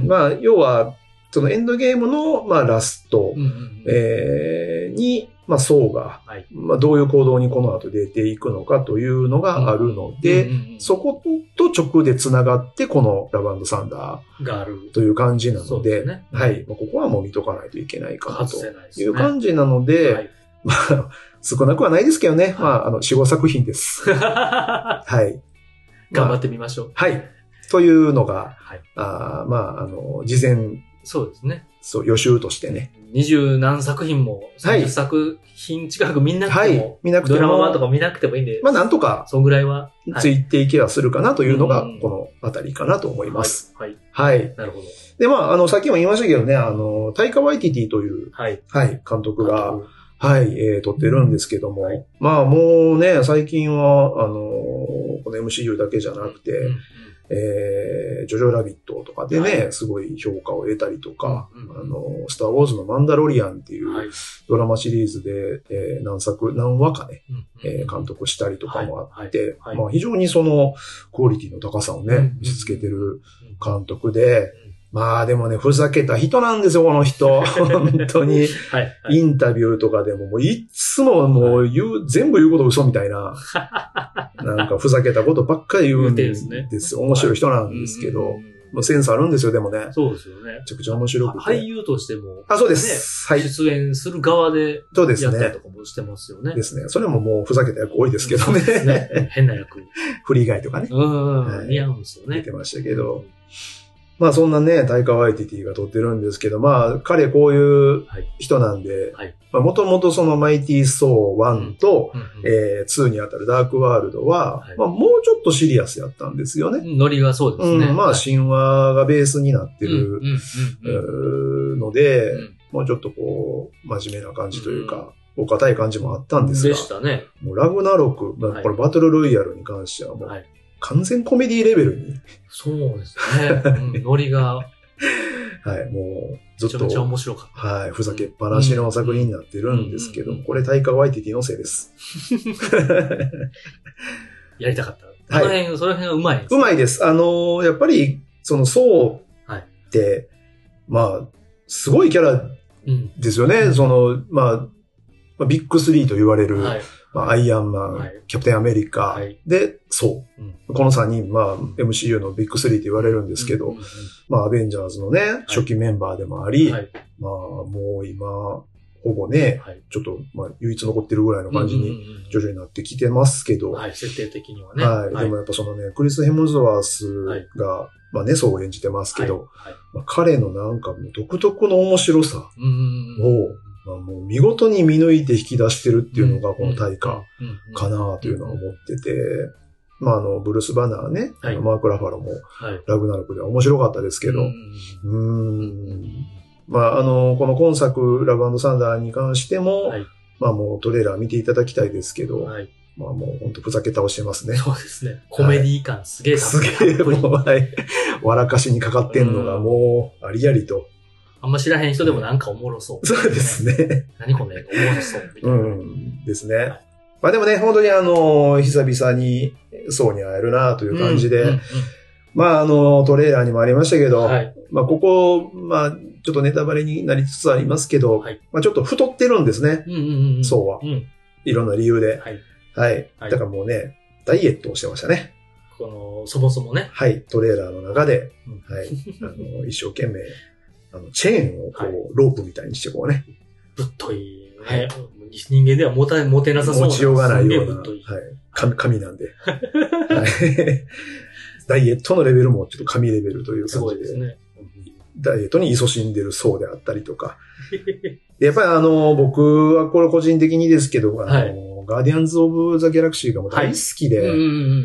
まあ、要は、そのエンドゲームの、まあ、ラスト、うんうんうんえー、に、まあ、ソーが、はいまあ、どういう行動にこの後出ていくのかというのがあるので、うんうんうんうん、そこと直で繋がって、このラブ&サンダーがあるという感じなので、ね、はい。まあ、ここはもう見とかないといけないかなという感じなので、はい、まあ、少なくはないですけどね。はい、まあ、あの、よん、ごさく品です。はい。 頑張ってみましょう。 まあ、はい。というのが、はい、あまあ、あの、事前、 そうですね。 そう、予習としてね。 二十何作品も、さんじゅっさく品近く見なくても、はい、見なくても、ドラマ版とか見なくてもいいんで、 まあなんとか、 そんぐらいは、 ついていけはするかなというのが、このあたりかなと思います。 はい。 はい。はい、 なるほど。 で、まあ、あの、さっきも言いましたけどね、あの、タイカ・ワイティティという、はい。はい、監督が、はい、えー、撮ってるんですけども、はい、まあもうね、最近は、あの、この エムシーユー だけじゃなくて、うんえー、ジョジョラビットとかでね、はい、すごい評価を得たりとか、うんうん、あの、スターウォーズのマンダロリアンっていうドラマシリーズで、えー、何作、何話かね、うんうんえー、監督したりとかもあって、はいはいはい、まあ非常にそのクオリティの高さをね、見せつけてる監督で、まあでもね、ふざけた人なんですよ、この人。本当に。はいはい、インタビューとかでも、もういつももう言う、はい、全部言うこと嘘みたいな、なんかふざけたことばっかり言うんです。です面白い人なんですけど、はい、もうセンスあるんですよ、でもね。 そうですよね。 めちゃくちゃ面白くて。 俳優としても、 あ、そうです。 はい。出演する側で、そうですね。やったりとかもしてますよね。 ですね。それももうふざけた役多いですけどね。そうですね。 変な役。 フリーガイとかね。 うん、はい、似合うんですよね。 出てましたけど。うんまあそんなね、タイカ・ワイティティが撮ってるんですけど、まあ彼こういう人なんで、もともとそのマイティー・ソーワンと、うんうんうんえー、ツーにあたるダークワールドは、はい、まあもうちょっとシリアスやったんですよね。 ノリはそうですね。 うん、まあ神話がベースになってるので、うん、もうちょっとこう、真面目な感じというか、お堅い感じもあったんですが、 でしたね。 もうラグナロク、まあ、これバトルロイヤルに関してはもう、はい完全コメディレベルに。 そうですね。うん、ノリが。はい、 もう、ずっと。 めちゃめちゃ面白かった。 はい、ふざけっぱなしの作品になってるんですけども、これタイカ・ワイティティのせいです。 やりたかった。はい。その辺、その辺がうまいです、 ね。うまいです。あのー、やっぱり、その、そうって、はい、まあ、すごいキャラですよね。うん、その、まあ、ビッグスリーと言われる、はいまあ、アイアンマン、はい、キャプテンアメリカ、はい、で、そう、うん。このさんにん、まあ、エムシーユー のビッグスリーと言われるんですけど、うんうんうん、まあ、アベンジャーズのね、はい、初期メンバーでもあり、はい、まあ、もう今、ほぼね、はい、ちょっと、まあ、唯一残ってるぐらいの感じに徐々になってきてますけど、 はい、設定的にはね。 はい。はい、でもやっぱそのね、クリス・ヘムズワースが、はい、まあね、そう演じてますけど、はいはい、まあ、彼のなんか独特の面白さを、まあ、もう見事に見抜いて引き出してるっていうのがこの大河かなというのは思ってて、まああの、ブルース・バナーね、はい、マーク・ラファロもラグナロクでは面白かったですけど、うーん。まああの、この今作ラブ&サンダーに関しても、はい、まあもうトレーラー見ていただきたいですけど、はい、まあもう本当ふざけ倒してますね。 そうですね。コメディ感すげえ、はい、 すげえ、もう、はい。笑かしにかかってんのがもう、ありありと。 あんま知らへん人でもなんかおもろそう、 ね。そうですね。 何これ、おもろそうみたいな。 うん。ですね。はい、まあでもね、本当にあの、久々にそうに会えるなという感じで、うんうんうん、まああの、トレーラーにもありましたけど、はい、まあここ、まあちょっとネタバレになりつつありますけど、はい、まあちょっと太ってるんですね。うんうんうん、そうは、うん。いろんな理由で。はい。はい。だからもうね、ダイエットをしてましたね。 この、そもそもね。 はい。トレーラーの中で、うん、はい。あの、一生懸命、あの、チェーンをこう、はい、ロープみたいにしてこうね。 ぶっとい、ね。はい。人間では持た、持てなさそうな。 持ちようがないような。はい。紙、紙なんで。はい。ダイエットのレベルもちょっと紙レベルという感じで。すごいですね。ダイエットに勤しんでる層であったりとか。やっぱりあの、僕はこれ個人的にですけど、あの、はい、ガーディアンズ・オブ・ザ・ギャラクシーがもう大好きで、はいうんうん、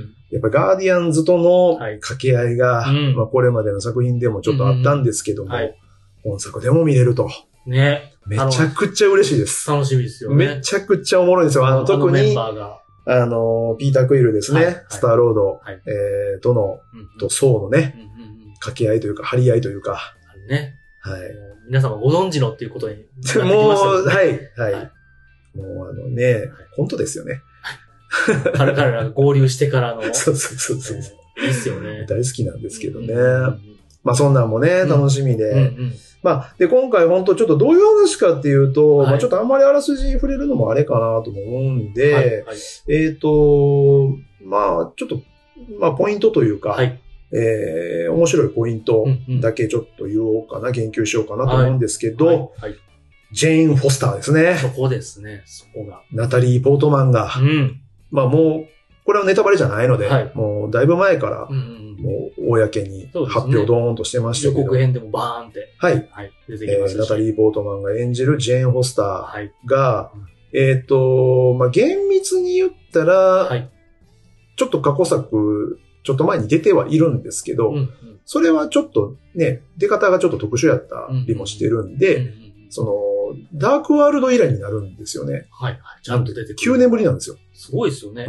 やっぱりガーディアンズとの掛け合いが、はい、まあこれまでの作品でもちょっとあったんですけども、うんうんはい、本作でも見れると。ね。めちゃくちゃ嬉しいです。 楽しみですよね。 めちゃくちゃおもろいんですよ。あの、特に、あの、ピーター・クイルですね。はい、スター・ロード、はい、えー、との、うん、と、ソーのね、うんうんうん、掛け合いというか、張り合いというか。 ね。 はい。 皆様ご存知のっていうことになってきましたね。 もう、はい、はい。はい、もうあのね、はい、本当ですよね。 彼らが合流してからの。 そうそうそうそう。 いいっすよね。 大好きなんですけどね。うんうんうん、まあそんなんもね、楽しみで。うんうんうんまあ、で、今回本当ちょっとどういう話かっていうと、はい、まあちょっとあんまりあらすじ触れるのもあれかなと思うんで、はいはい、えっと、まあちょっと、まあポイントというか、はいえー、面白いポイントだけちょっと言おうかな、うんうん、言及しようかなと思うんですけど、はいはいはい、ジェーン・フォスターですね。 そこですね、そこが。 ナタリー・ポートマンが、うん、まあもう、これはネタバレじゃないので、はい、もうだいぶ前から、うんうんもう、公に発表ドーンとしてましたけど。 予告編でもバーンって。 はい。はい。出てきました、えー。ナタリー・ポートマンが演じるジェーン・フォスターが、はい、えっ、ー、と、まあ、厳密に言ったら、はい、ちょっと過去作、ちょっと前に出てはいるんですけど、うんうん、それはちょっとね、出方がちょっと特殊やったりもしてるんで、うんうんうん、その、ダークワールド以来になるんですよね。 はい、はい。ちゃんと出てくる。 きゅうねんぶりなんですよ。 すごいですよね。 うん。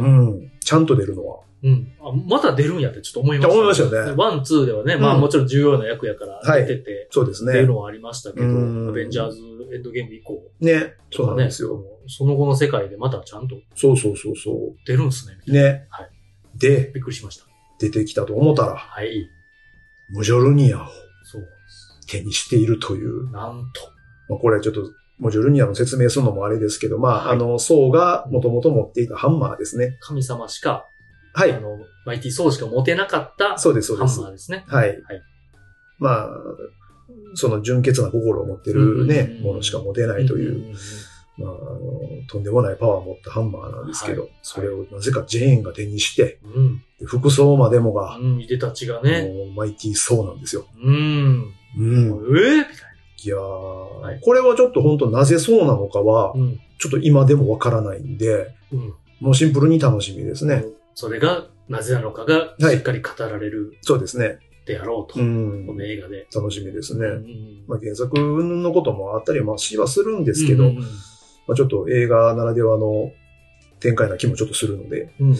ちゃんと出るのは。 うん。あ、また出るんやってちょっと思いました、 ね。思いましたよね。 ワン、ツーではね、うん、まあもちろん重要な役やから出てて、はい、 そうですね。 っていうのはありましたけど、アベンジャーズエンドゲーム以降。 ね。そうなんですよ。 その後の世界でまたちゃんと。 そうそうそうそう。 出るんすね。 ね。 はい。 で、 びっくりしました。 出てきたと思ったら、 はい。 ムジョルニアを手にしているという。 なんと。 まあこれちょっと、モジュルニアの説明するのもあれですけど、まあ、はい、あの、ソーがもともと持っていたハンマーですね。 神様しか、 はい。 あの、マイティソーしか持てなかったそうです、そうです。 ハンマーですね。 はい。はい。まあ、その純潔な心を持ってるね、ものしか持てないという、まあ、あの、とんでもないパワーを持ったハンマーなんですけど、はい、それをなぜかジェーンが手にして、うん、服装までもが、 うん、いでたちがね、 もうマイティソーなんですよ。 うん。 うん。 えー、みたいな。 いやー、はい、これはちょっと本当なぜそうなのかは、うん、ちょっと今でもわからないんで、うん、もうシンプルに楽しみですね。 それがなぜなのかがしっかり語られる、はい、 そうですね。 であろうと、うん、この映画で。 楽しみですね。うん、まあ、原作のこともあったりはしはするんですけど、うんうんうん、まあ、ちょっと映画ならではの展開な気もちょっとするので、うんうん、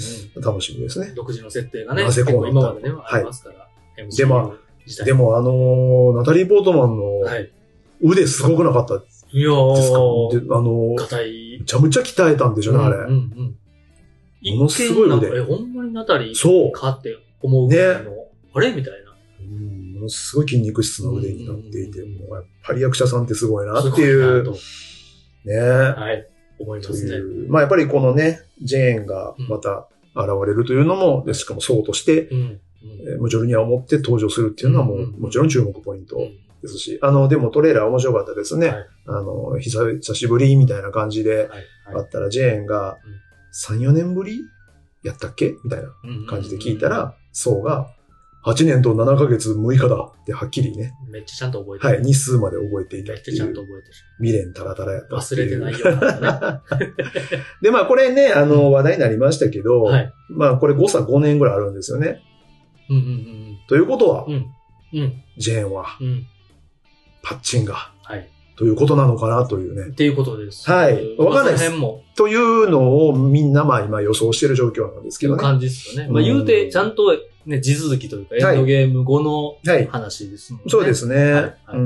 楽しみですね。 独自の設定がね、 なぜこうなった今までね、ありますから。はい、 で、まあ、でもあのー、ナタリー・ポートマンの、はい腕すごくなかったですか？ いやー。 で、あの、 硬い。 めちゃめちゃ鍛えたんでしょうね、あれ。うんうんうん。ものすごい腕。え、ほんまにナタリーかって思うぐらいの、ね、あれみたいな。 うん、ものすごい筋肉質の腕になっていて、もうやっぱり役者さんってすごいなっていう。ねはい。 思いますね。 まあやっぱりこのね、ジェーンがまた現れるというのも、でしかもそうとして、うんうんえー、ムジョルニアを持って登場するっていうのはもう、うんうん、もちろん注目ポイントですし、あの、でもトレーラー面白かったですね。はい、あの、久しぶりみたいな感じであったら、ジェーンがさん、よねんぶりやったっけみたいな感じで聞いたら、ソウがはちねんとななかげつむいかだってはっきりね。 めっちゃちゃんと覚えてる。 はい、日数まで覚えていたっていう。 めっちゃちゃんと覚えてる。 未練タラタラやったっていう。 忘れてないような、ね。 で、まあこれね、あの、話題になりましたけど、はい、まあこれ誤差ごねんぐらいあるんですよね。 うんうんうん。 ということは、 うんうん、 ジェーンは、 うん、 パッチンが、 はい、 ということなのかなというね。 っていうことです。 はい。わかんないです。というのをみんなまあ今予想している状況なんですけどね。 いう感じですよね。まあ言うて、ちゃんとね、地続きというか、エンドゲーム後の話ですもんね。 そうですね。はいはい、うん。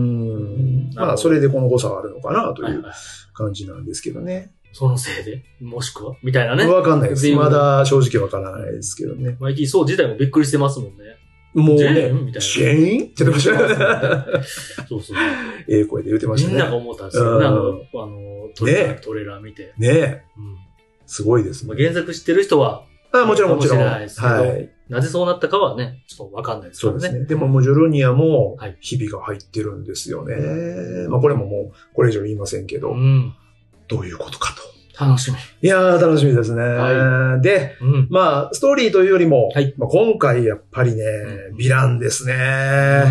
まあそれでこの誤差があるのかなという感じなんですけどね。 そのせいでもしくはみたいなね。 わかんないです。まだ正直わからないですけどね。 マイキー・ソー自体もびっくりしてますもんね。 もうね、 ジェーンみたいな。 ジェーンって言ってましたね。 そうそう。 ええ声で言ってましたね。 みんなが思ったんですよね。あの、あのトレーラー、トレーラー見て。 ねえ。すごいですね。 原作知ってる人は、 あもちろんもちろん。 はい。なぜそうなったかはね、ちょっとわかんないですからね。 そうですね。でも、ムジョルニアも、日々が入ってるんですよね。まあ、これももう、これ以上言いませんけど、どういうことかと。 楽しみ。 いやー、楽しみですね。はい、で、うん、まあ、ストーリーというよりも、はい、まあ、今回やっぱりね、うん、ヴィランですね。 うん。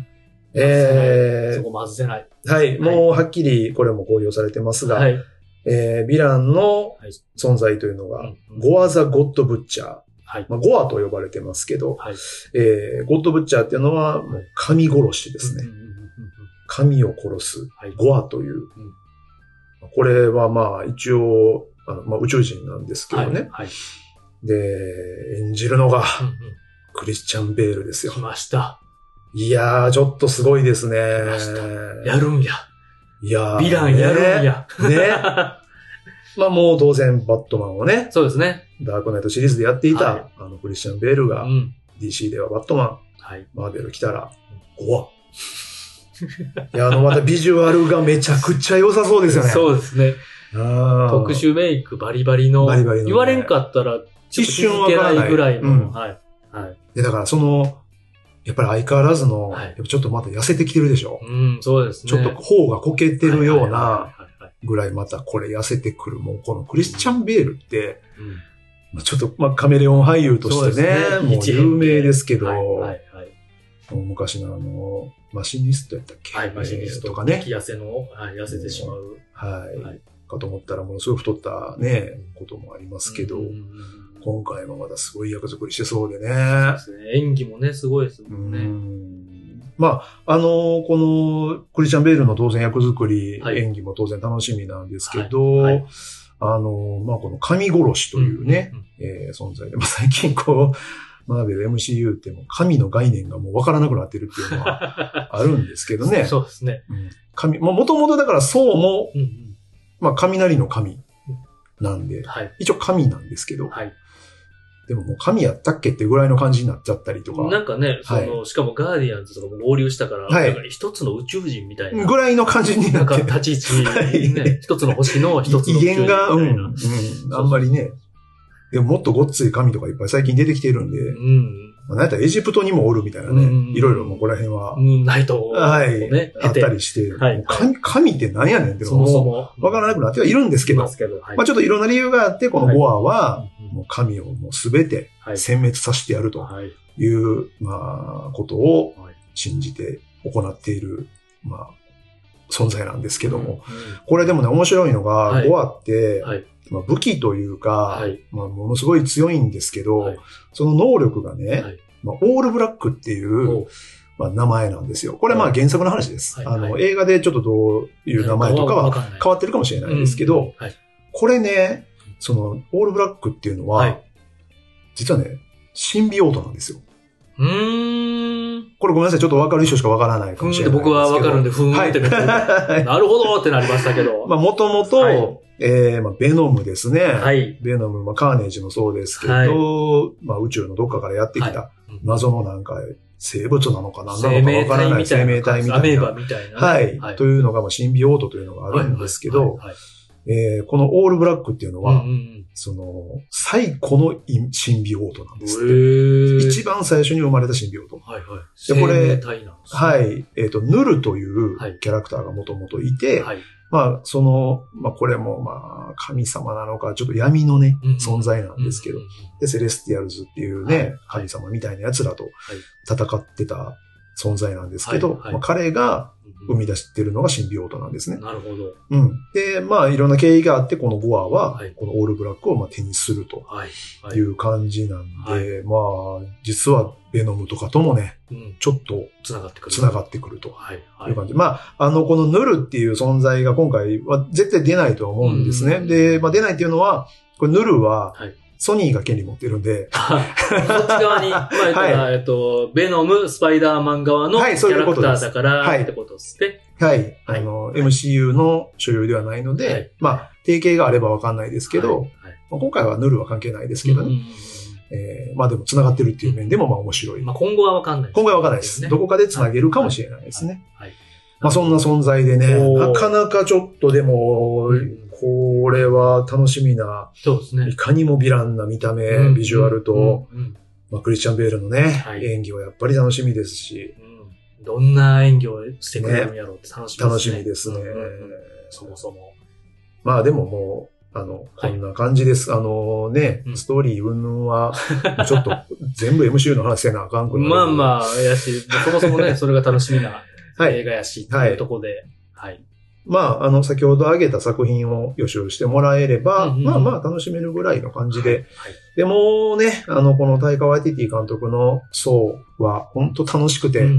えー、 そこまずせない。 はい。もうはっきりこれも公表されてますが、はい、えー、ヴィランの存在というのが、はい、ゴア・ザ・ゴッド・ブッチャー。はい、まあ、ゴアと呼ばれてますけど、はい、えー、ゴッド・ブッチャーっていうのは、もう神殺しですね。神を殺す、ゴアという。うんこれはまあ一応、あのまあ、宇宙人なんですけどね。はいはい、で、演じるのが、クリスチャン・ベールですよ。 来ました。 いやー、ちょっとすごいですね。 来ました。やるんや。 いやー。 ヴィランやるんや。 ね。ねまあもう当然バットマンをね。 そうですね。 ダークナイトシリーズでやっていた、はい、あのクリスチャン・ベールが、うん、ディーシー ではバットマン、はい、マーベル来たら、ゴア。いや、あの、またビジュアルがめちゃくちゃ良さそうですよね。 そうですね。特殊メイクバリバリの。バリバリの、ね。言われんかったら、 一瞬わからないぐらいの。うん、はい。はい。 で、だからその、やっぱり相変わらずの、はい、ちょっとまた痩せてきてるでしょ。 うん、そうですね。 ちょっと頬がこけてるような、ぐらいまたこれ痩せてくる。もうこのクリスチャン・ベールって、うん、まあちょっと、まあカメレオン俳優としてね、ねもう有名ですけど、はいはいはい、昔のあの、マシニストやったっけはい、マシニストとかね。痩せの、はい、痩せてしまう。 はい。はい、かと思ったらものすごい太ったね、こともありますけど、今回もまだすごい役作りしてそうでね。 そうですね。演技もね、すごいですもんね。 うんまあ、あの、この、クリスチャン・ベールの当然役作り、はい、演技も当然楽しみなんですけど、はいはい、あの、まあ、この神殺しというね、うんうんうんえー、存在で、まあ、最近こう、マーベル エムシーユー ってもう神の概念がもう分からなくなってるっていうのはあるんですけどね。 そうですね。 うん、神、もともとだからそうも、うんうん、まあ雷の神なんで、はい、一応神なんですけど、はい、でももう神やったっけってぐらいの感じになっちゃったりとか。 なんかね、その、はい、しかもガーディアンズとかも合流したから、はい、一つの宇宙人みたいな。 ぐらいの感じになって。 なんか立ち位置、ね、はい、一つの星の一つの宇宙人みたいな。威厳が、うん、 うん、あんまりね。でももっとごっつい神とかいっぱい最近出てきてるんで、うんまあ、なんやったらエジプトにもおるみたいなね、うん、いろいろもうここら辺は、 うん、ナイトを、ね、 はい、あったりして、はい、神, 神って何やねんってのもわからなくなってはいるんですけど、けどはい、まあちょっといろんな理由があって、このゴアは、もう神をもうすべて殲滅させてやるという、はい、まあことを信じて行っている、まあ存在なんですけども、うんうん、これでもね、面白いのが、はい、ゴアって、はいまあ、武器というか、はいまあ、ものすごい強いんですけど、はい、その能力がね、はいまあ、オールブラックっていう、まあ、名前なんですよ。これまあ原作の話です。はい、あの、はい、映画でちょっとどういう名前とかは変わってるかもしれないですけど、うんはい、これね、そのオールブラックっていうのは、はい、実はね、シンビオートなんですよ。 うーんこれごめんなさい。ちょっと分かる人しか分からないかもしれないですけど。 僕は分かるんで、ふーんってなって、はい、なるほどってなりましたけど。 まあ、もともと、えー、まあ、ベノムですね。はい。ベノム、まあ、カーネージもそうですけど、はい、まあ、宇宙のどっかからやってきた謎のなんか、生物なのか何なのか分からない生命体みたいな。アメーバみたいな、ね。はい。はい、というのが、まあ、シンビオートというのがあるんですけど、はいはいはい、 えー、このオールブラックっていうのは、うんうん、その、最古のシンビオートなんですって。一番最初に生まれたシンビオート。はいはい。で、これ、はい。えっ、ー、と、ヌルというキャラクターがもともといて、はい、まあ、その、まあ、これも、まあ、神様なのか、ちょっと闇のね、うんうん、存在なんですけど、うんうん、で、セレスティアルズっていうね、はい、神様みたいな奴らと戦ってた存在なんですけど、はいはい、まあ、彼が生み出してるのがシンビオートなんですね。 なるほど。 うん。で、まあ、いろんな経緯があって、このゴアは、このオールブラックをまあ手にするという感じなんで、はいはい、まあ、実はベノムとかともね、うん、ちょっと繋がってくる。繋がってくるという感じ。はいはい、まあ、あの、このヌルっていう存在が今回は絶対出ないとは思うんですね。で、まあ出ないっていうのは、これヌルは、はいソニーが権利持ってるんで。 そっち側に、まあ、はい、えっと、ベノム、スパイダーマン側のキャラクターだから、はい、ってことですね。 はい。はい、あの、はい、エムシーユー の所有ではないので、はい、まあ、提携があればわかんないですけど、はいはいまあ、今回はヌルは関係ないですけどね。えー、まあでも繋がってるっていう面でもまあ面白い。 まあ今後はわかんないです、ね。 今後はわかんないです。どこかで繋げるかもしれないですね。はい。はいはい、まあそんな存在でね、なかなかちょっとでも、うんこれは楽しみな。 そうですね。 いかにもヴィランな見た目、うん、ビジュアルと、うんうんまあ、クリスチャン・ベールのね、はい、演技はやっぱり楽しみですし。 うん、どんな演技をしてくれるんやろうって楽しみですね。 楽しみですね、うんうんうん。 そもそも。 まあでももう、あの、こんな感じです。はい、あのね、うん、ストーリー云々は、ちょっと全部 エムシーユー の話せなあかんくなる。 まあまあ、やし、そもそもね、それが楽しみな映画やし、っていうところで、はい、はいまあ、あの、先ほど挙げた作品を予習してもらえれば、うんうん、まあまあ楽しめるぐらいの感じで。はいはい、でもね、あの、このタイカワイティティ監督の層は本当楽しくて、うんうん、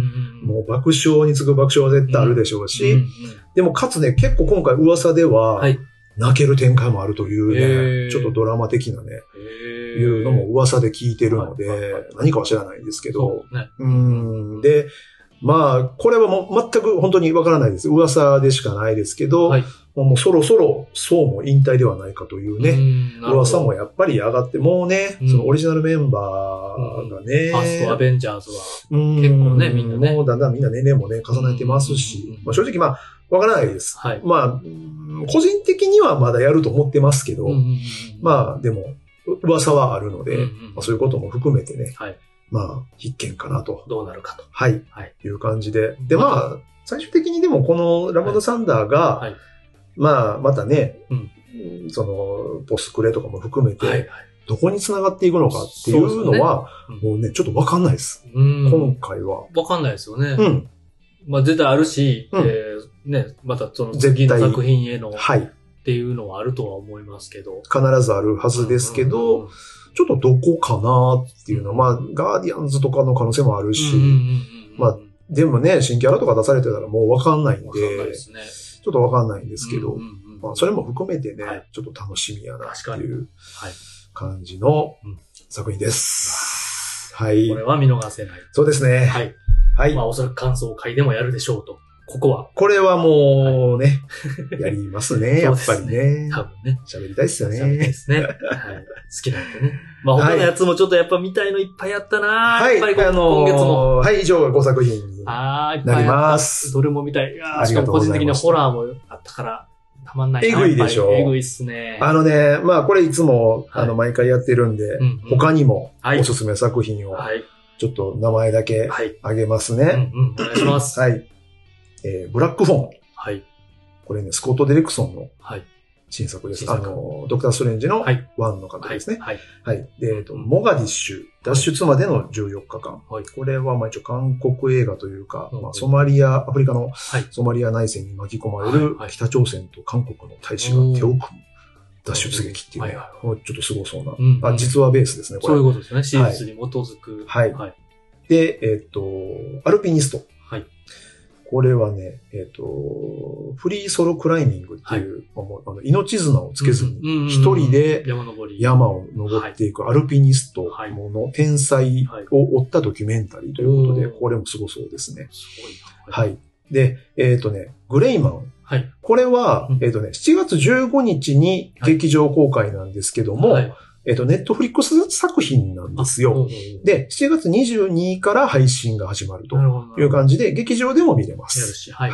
もう爆笑に次ぐ爆笑は絶対あるでしょうし、うんうんうん、でもかつね、結構今回噂では、はい、泣ける展開もあるというね、ちょっとドラマ的なね、いうのも噂で聞いてるので、はいはいはい、何かは知らないんですけど、う、ね、うんで、まあ、これはもう全く本当にわからないです。噂でしかないですけど、はい、もうそろそろそうも引退ではないかというね、う噂もやっぱり上がって、もうね、うん、そのオリジナルメンバーがね、 ファーストアベンジャーズは結構ね、みんなね。 もうだんだんみんな年齢もね、重ねてますし、まあ、正直まあ、わからないです。はい、まあ、個人的にはまだやると思ってますけど、まあ、でも、噂はあるので、うんうんまあ、そういうことも含めてね、はいまあ、必見かなと。 どうなるかと。 はい。はい。いう感じで。で、まあ、最終的にでもこのラマド・サンダーが、はいはい、まあ、またね、うん、その、ポスクレとかも含めて、はいはい、どこに繋がっていくのかっていうのは、うねうん、もうね、ちょっとわかんないです。うん今回は。 わかんないですよね。うん。まあ、絶対あるし、うん、えー、ね、またその次の作品への、はい。っていうのはあるとは思いますけど。 必ずあるはずですけど、うんうんうんちょっとどこかなっていうのは、まあ、ガーディアンズとかの可能性もあるし、うんうんうん、まあ、でもね、新キャラとか出されてたらもうわかんないんで、わかんないですね、ちょっとわかんないんですけど、うんうんうんまあ、それも含めてね、はい、ちょっと楽しみやなっていう感じの作品です。はい。 これは見逃せない。 そうですね。はい。 はい。まあ、おそらく感想会でもやるでしょうと。ここは。 これはもうね、はい、やりますね、やっぱりね。 多分ね。 喋りたいっすよね。 喋りたいですね。はい。好きなんでね。まあ他のやつもちょっとやっぱ見たいのいっぱいあったなはい。 やっぱりあのー、今月も。はい、以上がごさく品になります。 どれも見たい。いやしかも個人的にホラーもあったから、たまんない。 えぐいでしょ。 えぐいっすね。 あのね、まあこれいつも、あの、毎回やってるんで、はい、他にもおすすめ作品を、はい、ちょっと名前だけあげますね。はい、 うんうん、お願いします。 はい。えー、ブラックフォン。はい。これね、スコット・ディレクソンの新作です。はい、あの、ドクター・ストレンジのワンの方ですね。はい。はい。はい、で、えっと、モガディッシュ、脱出までのじゅうよっかかん。はい。これは、まあ一応韓国映画というか、はい、まあソマリア、アフリカのソマリア内戦に巻き込まれる北朝鮮と韓国の大使が手を組む脱出劇っていうね、はいはい、ちょっとすごそうな、うんうん、あ、実話ベースですね、これ。 そういうことですね。史実に基づく。 はい。はい。で、えっと、アルピニスト。はい。これはね、えっと、フリーソロクライミングっていう、はい、あの命綱をつけずに、一人で山を登っていくアルピニストの天才を追ったドキュメンタリーということで、これもすごそうですね。すごいな。はい。で、えっとね、グレイマン。はい。これは、えっとね、しちがつじゅうごにちに劇場公開なんですけども、はいはいえっと、ネットフリックス作品なんですよ。で、しちがつにじゅうににちから配信が始まるという感じで、劇場でも見れます。 はい。はい。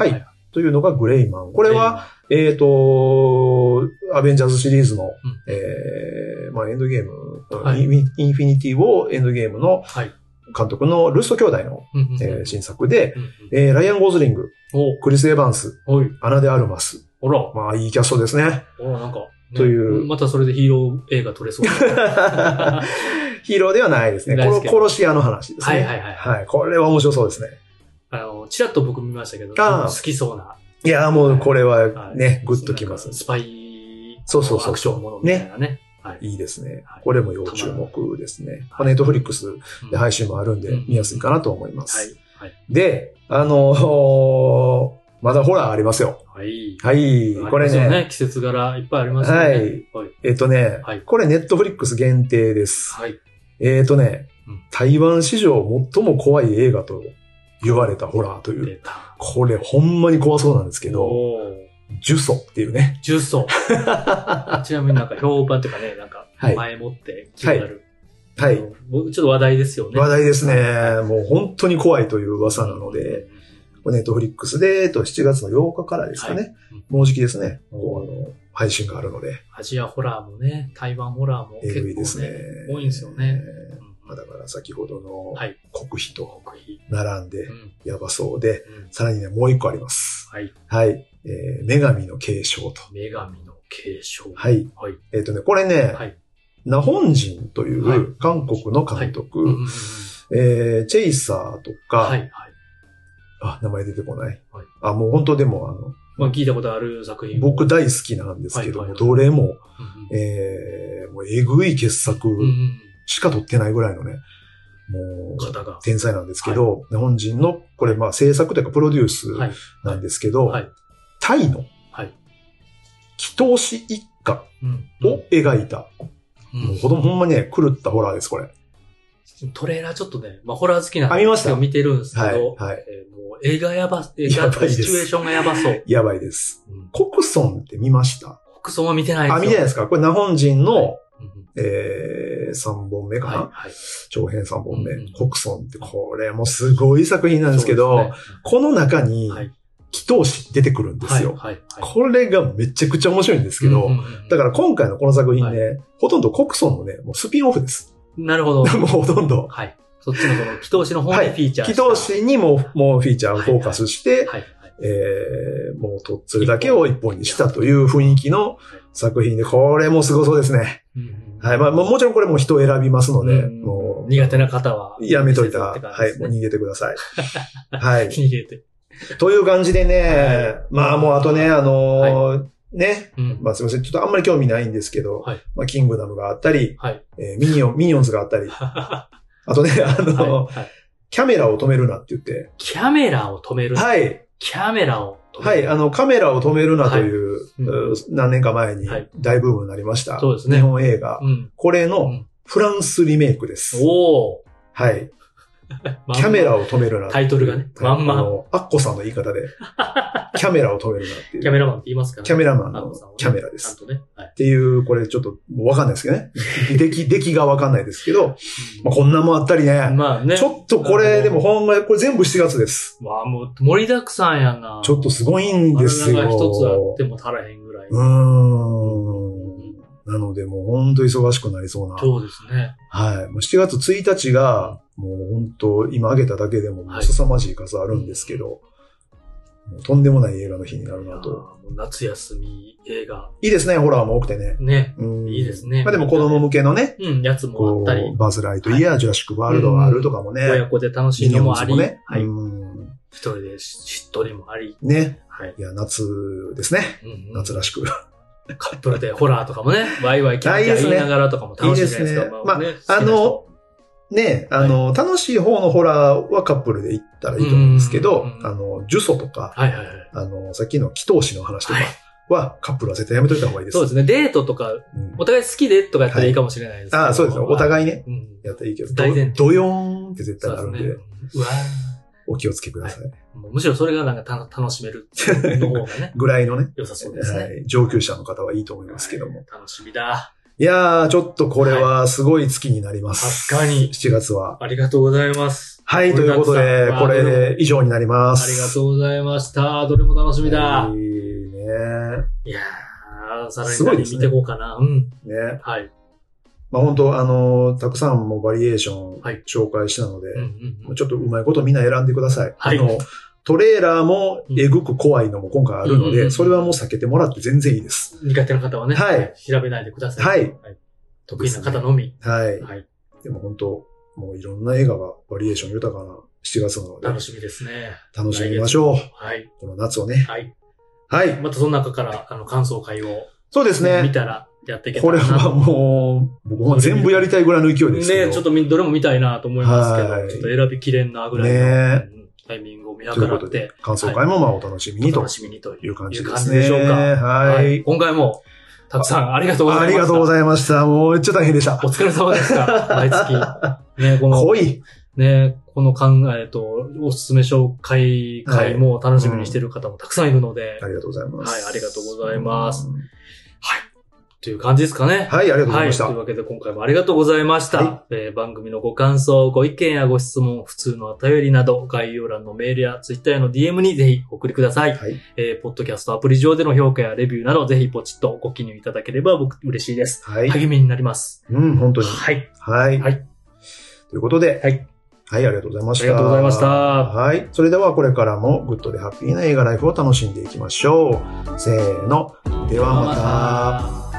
というのがグレイマン。これは、えっと、アベンジャーズシリーズの、うん、えー、まあエンドゲーム、はい、インフィニティをエンドゲームの監督のルッソ兄弟の、うんうんえー、新作で、うんうんえー、ライアン・ゴズリング、クリス・エヴァンス、アナ・デ・アルマス。 あら。 まあいいキャストですね。 あら、なんか、ね、 という。 またそれでヒーロー映画撮れそう。 ヒーローではないですね。殺殺し屋の話ですね。 はいはいはい。 はい。これは面白そうですね。 あの、ちらっと僕見ましたけど、好きそうな。 いや、もうこれはね、グッときます。 スパイ、 そうそうそう。 アクションものみたいなね。 はい、いいですね。これも要注目ですね。ネットフリックスで配信もあるんで見やすいかなと思います。で、あのー、まだホラーありますよ。 はい。 はい。これね。 季節柄いっぱいありますね。 はい。えっとね、これネットフリックス限定です。 はい。 えっとね、台湾史上最も怖い映画と言われたホラーという。これほんまに怖そうなんですけど、呪詛っていうね。 呪詛。ちなみになんか評判というかね、なんか前もって気になる。 はい。はい、 ちょっと話題ですよね。 話題ですね。もう本当に怖いという噂なので、ネットフリックスで、えっと、しちがつのようかからですかね。はい、もうじきですね。こうあの配信があるので。 アジアホラーもね、台湾ホラーも結構、ね、 ですね。 多いんですよね。 だから先ほどの国費と並んでやばそうで、はいうん、さらにね、もう一個あります。 はい。 はい。えー、女神の継承と。 女神の継承。 はい。はい、えっ、ー、とね、これね、はい、ナホンジンという韓国の監督、はいはいえー、チェイサーとか、はいはい、あ、名前出てこない。はい、あ、もう本当でもあの、 まあ聞いたことある作品。 僕大好きなんですけども、はいはいはい、どれも、うんうん、えー、もうえぐい傑作しか撮ってないぐらいのね、もう、天才なんですけど、はい、日本人の、これまあ制作というかプロデュースなんですけど、はいはい、タイの、祈祷師一家を描いた、うんうん、もうほどほんまにね、狂ったホラーです、これ。 トレーラーちょっとね、まあホラー好きなんですけど見てるんですけど、はいはいえー、もう映画やば、映画シチュエーションがやばそう。 やばいです。うん、コクソンって見ました？ コクソンは見てないですよ。 あ、見てないですか？これ日本人の、はいえー、さんぼんめかな、はいはい、長編さんぼんめ、うん、コクソンってこれもすごい作品なんですけど、ね、この中に、はい祈祷師出てくるんですよ、はいはいはい。これがめちゃくちゃ面白いんですけど、うんうんうん、だから今回のこの作品ね、はい、ほとんどコクソンのね、もうスピンオフです。 なるほど。 もうほとんど。 はい。そっちのその祈祷師の方にフィーチャー、はい、祈祷師にももうフィーチャーをフォーカスして、はいはいはいえー、もうとっつるだけを一本にしたという雰囲気の作品で、これもすごそうですね。うんうん、はい。まあ、もちろんこれも人を選びますので、うん、もう。 苦手な方は。 やめといた。はい。もう逃げてください。はい。 逃げて。 という感じでね、はい、まあもうあとね、あのーはい、ね、うん、まあすいません、ちょっとあんまり興味ないんですけど、はい、まあキングダムがあったり、はいえー、ミニオン、ミニオンズがあったり、あとね、あのーはいはい、キャメラを止めるなって言って。 キャメラを止めるなはい。 キャメラを止めるはい、あの、カメラを止めるなという、はい、何年か前に大ブームになりました。 そうですね。 日本映画。うん、これのフランスリメイクです。 おー。 はい。キャメラを止めるな。 タイトルがね。まんま。 あの、アッコさんの言い方で、キャメラを止めるなっていう。 キャメラマンって言いますからね。 キャメラマンのキャメラです。ちゃんとね。はい、っていう、これちょっともうわかんないですけどね。出来、出来がわかんないですけど、まあ、こんなもあったりね。 まあね。 ちょっとこれ、でもほんま、これ全部しちがつです。 わあ、もう盛りだくさんやな。 ちょっとすごいんですよ。 あれが一つあっても足らへんぐらい。 うーん。なので、もう本当忙しくなりそうな。 そうですね。 はい。もうしちがつついたちが、もう本当、今挙げただけでも、もう凄まじい数あるんですけど、はい、もうとんでもない映画の日になるなと。 もう夏休み映画。 いいですね、ホラーも多くてね。 ね。うんいいですね。 まあでも子供向けのね。 うん、やつもあったり。 バズ・ライトイヤー、はい、ジュラシック・ワールドがあるとかもね。 親子で楽しいのもあり。 ね。 はい。一人でしっとりもあり。 ね。はい。いや、夏ですね。うんうん、夏らしく。 カップルでホラーとかもね、ワイワイキャッキャ言いながらとかも楽しいですね。いいですね。 まあ、ね、まあ、あの、ね、あの、はい、楽しい方のホラーはカップルで行ったらいいと思うんですけど、あの、呪詛とか、はいはいはい、あの、さっきの祈祷師の話とかは、カップルは絶対やめといた方がいいです。 そうですね。デートとか、うん、お互い好きでとかやったらいいかもしれないですけど、はい、 ああ、そうですね。お互いね、うん、やったらいいけど、大前提ドヨーンって絶対あるんで、うわお気をつけください。はい、 むしろそれがなんかた楽しめるの方がね。 ぐらいのね。 良さそうですね。はい。 上級者の方はいいと思いますけども。 楽しみだ。 いやー、ちょっとこれはすごい月になります。 はい、確かに。 しちがつは。 ありがとうございます。 はい、ということで、これで以上になります。 ありがとうございました。どれも楽しみだ。 いいね。 いやー、さらに何見ていこうかな。ね、うん。 ね。 はい。 まあ本当あの、たくさんもバリエーション紹介したので、はい、うんうんうん、ちょっとうまいことみんな選んでください。はい。あの、トレーラーもえぐく怖いのも今回あるので、うんうんうん、それはもう避けてもらって全然いいです。 苦手な方はね。はい。調べないでください。はい。はい、得意な方のみ。 はい。はい。でも本当もういろんな映画がバリエーション豊かなしちがつなので。 楽しみですね。 楽しみましょう。 はい。 この夏をね。 はい。 はい。 またその中から、あの、感想会を。 そうですね。 見たらやっていけたらな。 これはもう、僕も全部やりたいぐらいの勢いですけど。 ね、ちょっとどれも見たいなと思いますけど、はい、ちょっと選びきれんなぐらいの、ね、タイミングを見計らって。 感想会もまあお楽しみにと。 お楽しみにという感じですね。 いう感じでしょうか。 はい。はい。 今回も、たくさんありがとうございました。 ありがとうございました。もうめっちゃ大変でした。 お疲れ様でした。毎月。ね、この。 濃い。 ね、この考えと、おすすめ紹介会も楽しみにしている方もたくさんいるので、はいうん。ありがとうございます。 はい、ありがとうございます。はい。という感じですかね。 はい、ありがとうございました。 はい、というわけで今回もありがとうございました。はい、えー、番組のご感想、ご意見やご質問、普通のお便りなど、概要欄のメールやツイッターへの ディーエム にぜひお送りください。はい、えー、ポッドキャストアプリ上での評価やレビューなど、ぜひポチッとご記入いただければ僕嬉しいです。はい。励みになります。 うん、本当に。 はい。 はい。はい。ということで、 はい。 はい、ありがとうございました。 ありがとうございました。 はい。それではこれからもグッドでハッピーな映画ライフを楽しんでいきましょう。せーの。ではまた。